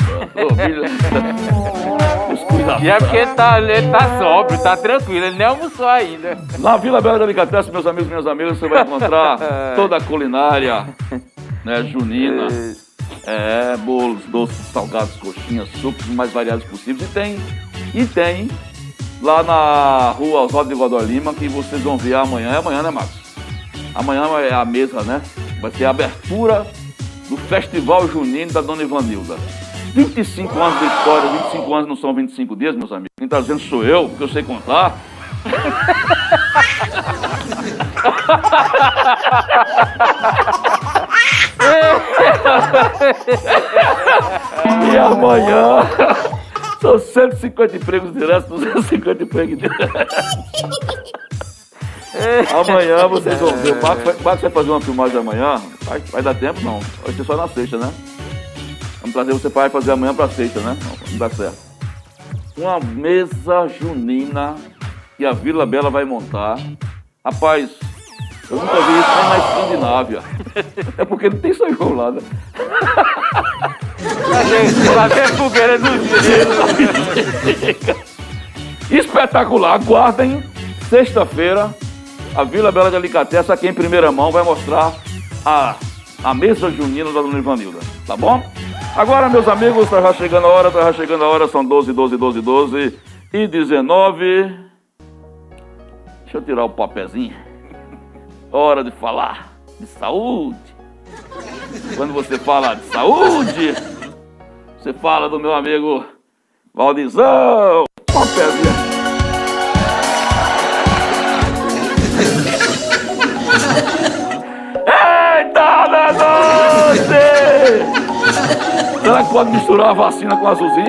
Speaker 3: E é porque ele tá sóbrio, tá tranquilo, ele nem almoçou ainda.
Speaker 2: Na Vila Bela Delicatessen, meus amigos e minhas amigas, você vai encontrar toda a culinária, né, junina. Bolos, doces, salgados, coxinhas, sucos, mais variados possíveis. E tem lá na rua Oswaldo de Godoy Lima, que vocês vão ver amanhã. É amanhã, né, Marcos? Amanhã é a mesa, né? Vai ser a abertura do Festival Junino da Dona Ivanilda. 25 anos de história, 25 anos não são 25 dias, meus amigos. Quem tá dizendo sou eu, porque eu sei contar. E amanhã são 150 empregos diretos, 250 empregos indiretos. Amanhã vocês vão ver. O Marcos vai fazer uma filmagem amanhã. Vai dar tempo? Não. Vai ser só na sexta, né? Vamos trazer você para fazer amanhã pra sexta, né? Não dá certo. Uma mesa junina que a Vila Bela vai montar. Rapaz, eu nunca vi isso nem na Escandinávia. É porque não tem São João lá, né?
Speaker 3: Lá tem fogueira do dia.
Speaker 2: Espetacular. Aguardem sexta-feira. A Vila Bela Delicatessen, aqui em primeira mão, vai mostrar a mesa junina da Dona Ivanilda. Tá bom? Agora, meus amigos, tá já chegando a hora, são 12 e 19. Deixa eu tirar o papelzinho. Hora de falar de saúde. Quando você fala de saúde, você fala do meu amigo Valdizão. Papelzinho. Eita, noite! Será que pode misturar a vacina com a azulzinho?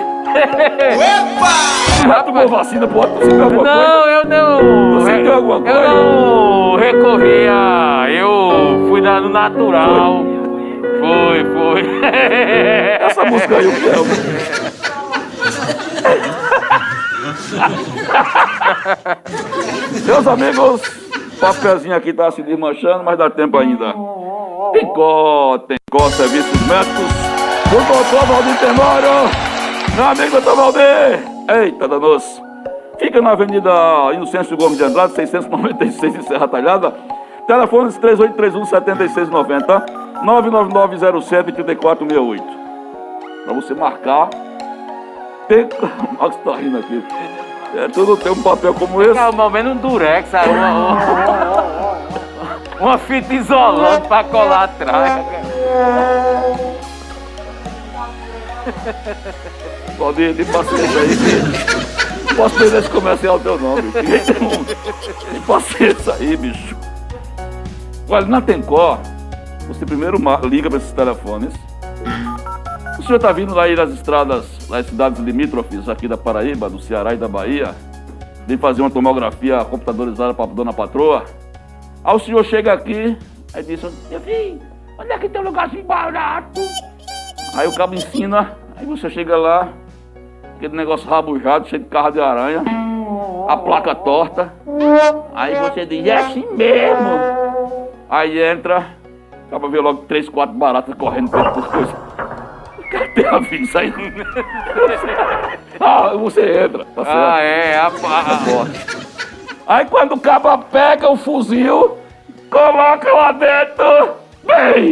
Speaker 6: Epa!
Speaker 2: Já tomou vacina? Pode? Você tem alguma coisa?
Speaker 3: Não, eu não.
Speaker 2: Você tem alguma coisa?
Speaker 3: Eu não recorri a... Eu fui no natural. Foi.
Speaker 2: Essa música aí, o que é? Meus amigos, o papelzinho aqui tá se desmanchando, mas dá tempo ainda. Tencó, serviços médicos. Do doutor Valdir Tenório. Meu amigo doutor Valdir. Eita, danos. Fica na Avenida Inocêncio Gomes de Andrade, 696 em Serra Talhada. Telefones 3831-7690, 99907-3468. Pra você marcar. O Max tá rindo aqui. Tudo tem um papel como esse.
Speaker 3: Ao menos um durex, sabe? Uma fita isolante pra colar atrás.
Speaker 2: Pode ir de paciência aí, bicho. Posso perder esse comercial teu nome. De paciência aí, bicho. Olha, na Tencó, você primeiro liga para esses telefones. O senhor está vindo aí das estradas, das cidades limítrofes aqui da Paraíba, do Ceará e da Bahia, vem fazer uma tomografia computadorizada para a dona patroa. Aí o senhor chega aqui, aí diz, meu filho, onde é que tem um lugarzinho barato? Aí o cabo ensina, aí você chega lá, aquele negócio rabujado, cheio de carro de aranha, a placa torta. Aí você diz, é assim mesmo. Aí entra, acaba ver logo 3, 4 baratas correndo dentro das coisas. Cadê a vida aí? Você entra, tá certo?
Speaker 3: A
Speaker 2: porta. Aí quando o cabo pega o fuzil, coloca lá dentro, bem!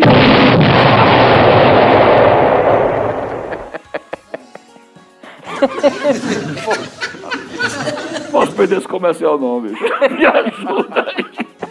Speaker 2: Posso perder esse comercial não, bicho. Me ajuda aí.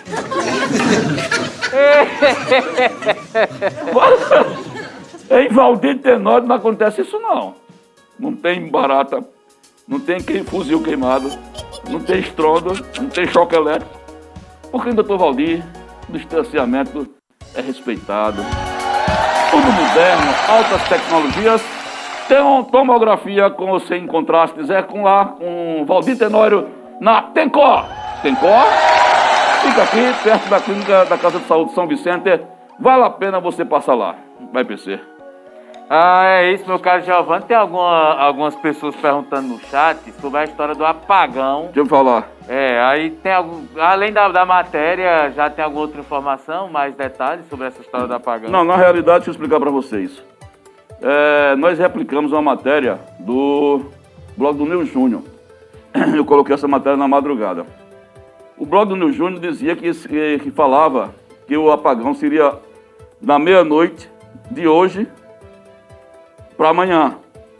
Speaker 2: Em Valdir Tenório não acontece isso não. Não tem barata, não tem fuzil queimado, não tem estrondo, não tem choque elétrico. Porque em Dr. Valdir, o distanciamento é respeitado. Tudo moderno, altas tecnologias. Tem uma tomografia com você em contraste, com Valdir Tenório na Tencó. Tencó, fica aqui, perto da clínica da Casa de Saúde São Vicente. Vale a pena você passar lá, vai PC.
Speaker 3: É isso, meu caro Giovanni. Tem algumas pessoas perguntando no chat sobre a história do apagão.
Speaker 2: Deixa eu falar.
Speaker 3: Aí tem além da matéria, já tem alguma outra informação, mais detalhes sobre essa história do apagão?
Speaker 2: Não, na realidade, deixa eu explicar para vocês. Nós replicamos uma matéria do blog do Nil Júnior. Eu coloquei essa matéria na madrugada. O blog do Nil Júnior dizia que falava que o apagão seria da meia-noite de hoje para amanhã.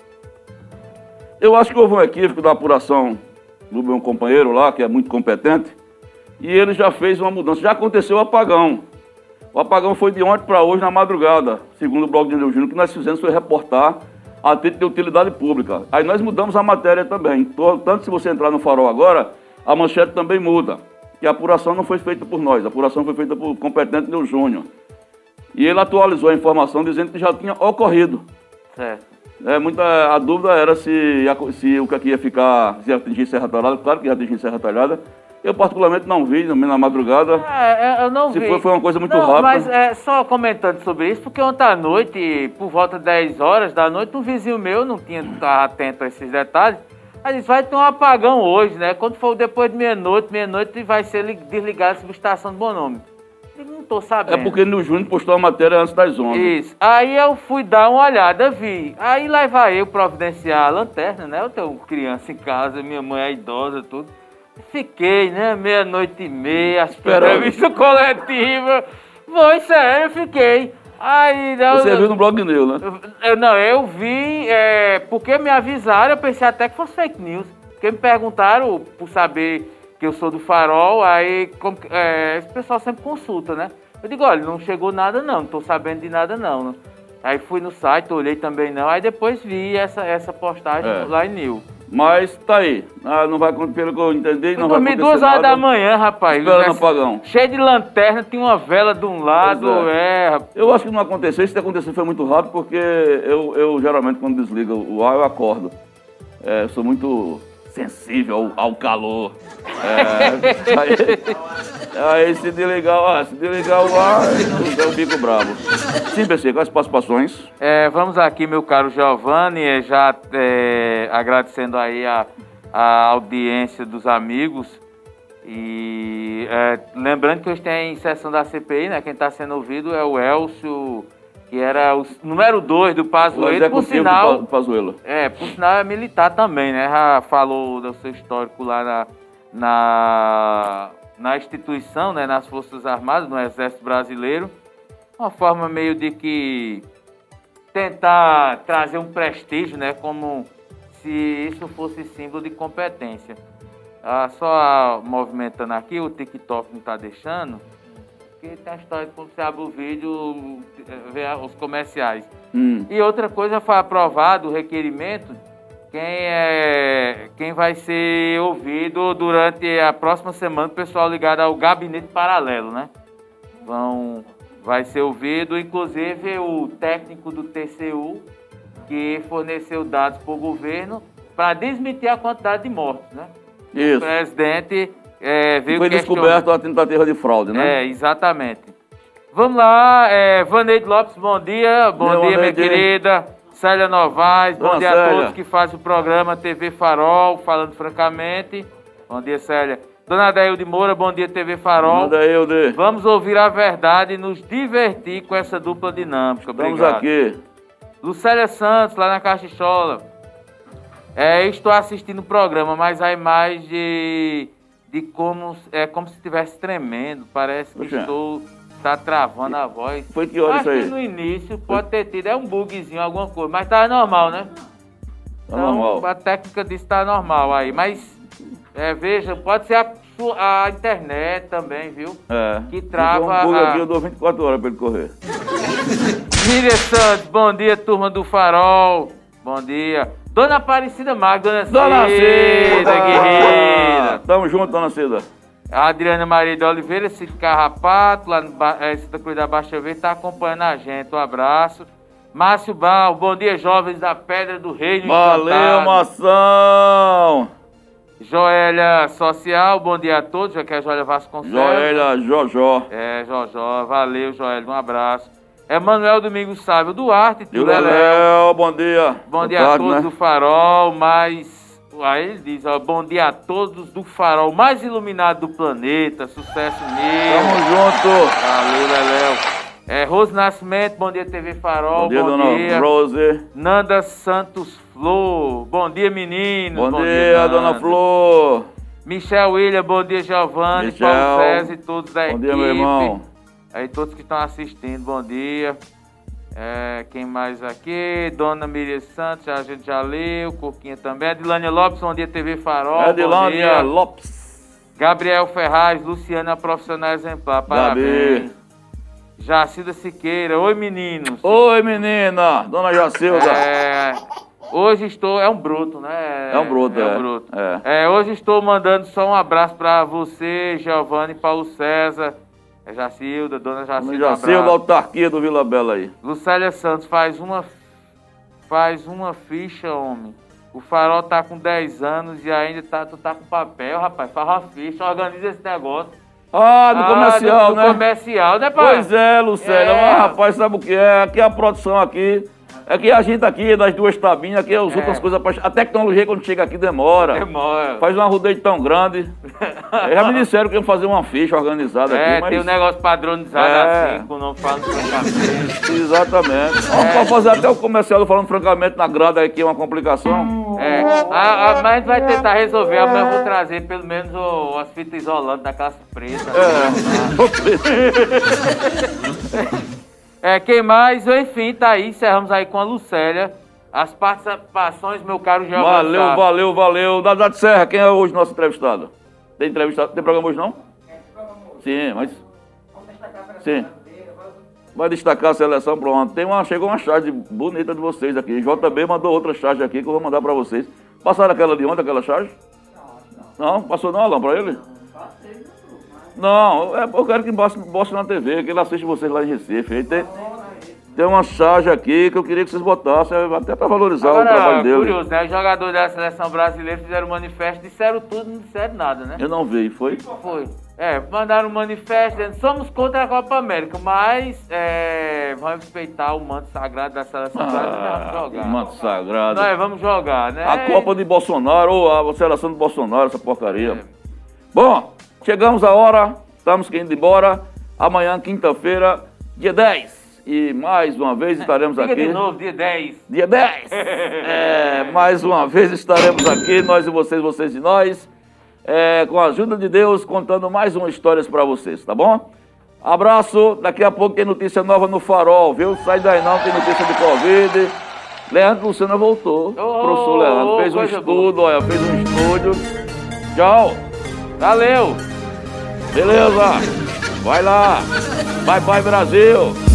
Speaker 2: Eu acho que houve um equívoco da apuração do meu companheiro lá, que é muito competente, e ele já fez uma mudança. Já aconteceu o apagão. O apagão foi de ontem para hoje na madrugada, segundo o blog de Nil Júnior. O que nós fizemos foi reportar a título de utilidade pública. Aí nós mudamos a matéria também. Tanto se você entrar no Farol agora, a manchete também muda. Que a apuração não foi feita por nós, a apuração foi feita por competente Nil Júnior. E ele atualizou a informação dizendo que já tinha ocorrido.
Speaker 3: Certo.
Speaker 2: A dúvida era se o que aqui ia ficar, se ia atingir Serra Talhada. Claro que ia atingir Serra Talhada. Eu particularmente não vi, na madrugada.
Speaker 3: Eu não vi.
Speaker 2: Foi uma coisa muito rápida.
Speaker 3: Mas só comentando sobre isso, porque ontem à noite, por volta de 10 horas da noite, um vizinho meu não estava atento a esses detalhes. Aí disse, vai ter um apagão hoje, né? Quando for depois de meia-noite vai ser desligada a subestação do Bonômio. Eu não tô sabendo.
Speaker 2: É porque o Júnior postou a matéria antes das 11.
Speaker 3: Isso. Aí eu fui dar uma olhada, vi. Aí lá vai eu providenciar a lanterna, né? Eu tenho criança em casa, minha mãe é idosa, tudo. Fiquei, né? 00:30, as entrevistas coletivas. Foi sério, eu fiquei. Aí,
Speaker 2: você viu no blog Nil, né?
Speaker 3: Eu vi, porque me avisaram, eu pensei até que fosse fake news. Porque me perguntaram, por saber que eu sou do Farol, aí esse pessoal sempre consulta, né? Eu digo, olha, não chegou nada não tô sabendo de nada não. Aí fui no site, olhei também não, aí depois vi essa postagem lá em Nil.
Speaker 2: Mas tá aí, não vai acontecer, pelo que eu entendi, não vai acontecer
Speaker 3: 2 horas da manhã, rapaz.
Speaker 2: Esperando apagão.
Speaker 3: Cheio de lanterna, tinha uma vela de um lado,
Speaker 2: Eu acho que não aconteceu, se acontecer foi muito rápido, porque eu geralmente quando desliga o ar eu acordo. Eu sou muito sensível ao calor. Aí se desligar o ar, eu fico bravo. Sim, PC, quais participações?
Speaker 3: Vamos aqui, meu caro Giovanni, já agradecendo aí a a audiência dos amigos. E lembrando que hoje tem sessão da CPI, né? Quem está sendo ouvido é o Elcio, que era o número 2 do Pazuello, por sinal.
Speaker 2: Do Pazuello.
Speaker 3: Por sinal é militar também, né? Já falou do seu histórico lá na instituição, né? Nas Forças Armadas, no Exército Brasileiro. Uma forma meio de que tentar trazer um prestígio, né? Como se isso fosse símbolo de competência. Só movimentando aqui, o TikTok não está deixando, porque tem a história de quando você abre o vídeo, vê os comerciais. E outra coisa, foi aprovado o requerimento, quem vai ser ouvido durante a próxima semana, o pessoal ligado ao gabinete paralelo, né? Vai ser ouvido, inclusive o técnico do TCU, que forneceu dados para o governo para desmentir a quantidade de mortos, né?
Speaker 2: Isso.
Speaker 3: O presidente veio
Speaker 2: foi descoberto a tentativa de fraude, né?
Speaker 3: Exatamente. Vamos lá, Vaneide Lopes, bom dia. Bom dia, minha querida. Célia Novaes, bom dia a todos que fazem o programa TV Farol, falando francamente. Bom dia, Célia. Dona Adailde Moura, bom dia, TV Farol.
Speaker 2: Dona Adailde.
Speaker 3: Vamos ouvir a verdade e nos divertir com essa dupla dinâmica. Obrigado.
Speaker 2: Estamos aqui.
Speaker 3: Lucélia Santos, lá na Caxichola. Estou assistindo o programa, mas a imagem de como se estivesse tremendo. Parece que está travando a voz.
Speaker 2: Foi que hora isso aí?
Speaker 3: Acho que no início pode ter tido um bugzinho, alguma coisa, mas tá normal, né?
Speaker 2: Tá normal.
Speaker 3: A técnica disso tá normal aí, mas veja, pode ser a internet também, viu? Que trava.
Speaker 2: Um bug aqui, eu dou 24 horas para ele correr.
Speaker 3: Miriam Santos, bom dia, turma do Farol. Bom dia. Dona Aparecida Magda, Dona Cida, guerreira.
Speaker 2: Tamo junto, Dona Cida.
Speaker 3: A Adriana Maria de Oliveira, Cid Carrapato, lá no Santa Cruz da Baixa Verde, está acompanhando a gente. Um abraço. Márcio Bal, bom dia, jovens da Pedra do Reino.
Speaker 2: Valeu, Mação.
Speaker 3: Joélia Social, bom dia a todos, já que é Joélia Vasconcelos.
Speaker 2: Joélia Jojó.
Speaker 3: Jojó, valeu, Joélia, um abraço. Emanuel Domingos Sávio Duarte,
Speaker 2: tio Léo, bom dia.
Speaker 3: Bom dia a todos do Farol, aí ele diz, bom dia a todos do Farol mais iluminado do planeta, sucesso mesmo.
Speaker 2: Tamo junto.
Speaker 3: Valeu, Leléo. Rose Nascimento, bom dia TV Farol,
Speaker 2: bom dia, dona Rose.
Speaker 3: Nanda Santos Flor, bom dia meninos.
Speaker 2: Bom dia, dona Flor.
Speaker 3: Michel William, bom dia Giovanni, Paulo César e todos da equipe.
Speaker 2: Bom dia, meu irmão.
Speaker 3: Aí todos que estão assistindo, bom dia. Quem mais aqui? Dona Miriam Santos, a gente já leu. Coquinha também. Adilânia Lopes, bom dia TV Farol.
Speaker 2: Adilânia Lopes.
Speaker 3: Gabriel Ferraz, Luciana, profissional exemplar. Parabéns. Jacilda Siqueira, oi meninos.
Speaker 2: Oi menina, dona Jacilda.
Speaker 3: Hoje estou, é um bruto, né?
Speaker 2: É um bruto.
Speaker 3: Hoje estou mandando só um abraço para você, Giovanni e Paulo César. Jacilda, dona Jacilda.
Speaker 2: Jacilda, autarquia do Vila Bela aí.
Speaker 3: Lucélia Santos, faz uma ficha, homem. O Farol tá com 10 anos e ainda tu tá com papel, rapaz. Faz uma ficha, organiza esse negócio.
Speaker 2: Do comercial, né?
Speaker 3: Do comercial, né, pai?
Speaker 2: Pois é, Lucélia. Mas, rapaz, sabe o que é? Aqui a produção aqui. É que a gente aqui, das duas tabinhas, aqui as outras coisas. A tecnologia, quando chega aqui, demora. Faz uma rodeio tão grande. Já me disseram que iam fazer uma ficha organizada aqui. Mas...
Speaker 3: tem um negócio padronizado assim, com o nome Falando Francamente.
Speaker 2: Exatamente. Pra fazer até o comercial do Falando Francamente na grada aqui é uma complicação.
Speaker 3: Mas a gente vai tentar resolver. Amanhã eu vou trazer pelo menos as fitas isolantes da classe preta. Quem mais? Enfim, tá aí, encerramos aí com a Lucélia. As participações, meu caro Giovanni.
Speaker 2: Valeu. Dadá de Serra, quem é hoje nosso entrevistado? Tem entrevistado? Tem programa hoje não? Sim, mas... Sim. Vai destacar a seleção, pronto. Chegou uma charge bonita de vocês aqui. JB mandou outra charge aqui que eu vou mandar pra vocês. Passaram aquela de ontem, aquela charge? Não, passou não, Alain, pra ele? Não, eu quero que mostre na TV, que ele assiste vocês lá em Recife. Tem uma charge aqui que eu queria que vocês botassem, até para valorizar o trabalho dele.
Speaker 3: Curioso, né? Os jogadores da seleção brasileira fizeram um manifesto, disseram tudo, não disseram nada, né?
Speaker 2: Eu não vi, foi?
Speaker 3: Foi. Mandaram um manifesto dizendo somos contra a Copa América, mas vamos respeitar o manto sagrado da seleção brasileira, vamos jogar.
Speaker 2: O manto sagrado.
Speaker 3: Nós vamos jogar, né?
Speaker 2: A Copa de Bolsonaro, ou a seleção de Bolsonaro, essa porcaria. Bom, chegamos a hora, estamos indo embora. Amanhã, quinta-feira, dia 10. E mais uma vez estaremos aqui.
Speaker 3: de novo, dia 10.
Speaker 2: Dia 10! Mais uma vez estaremos aqui, nós e vocês e nós. Com a ajuda de Deus, contando mais umas histórias para vocês, tá bom? Abraço, daqui a pouco tem notícia nova no Farol, viu? Sai daí não, tem notícia de Covid. Leandro Lucena voltou, professor Leandro, fez um estudo, fez um estúdio. Tchau!
Speaker 3: Valeu!
Speaker 2: Beleza! Vai lá! Bye, bye, Brasil!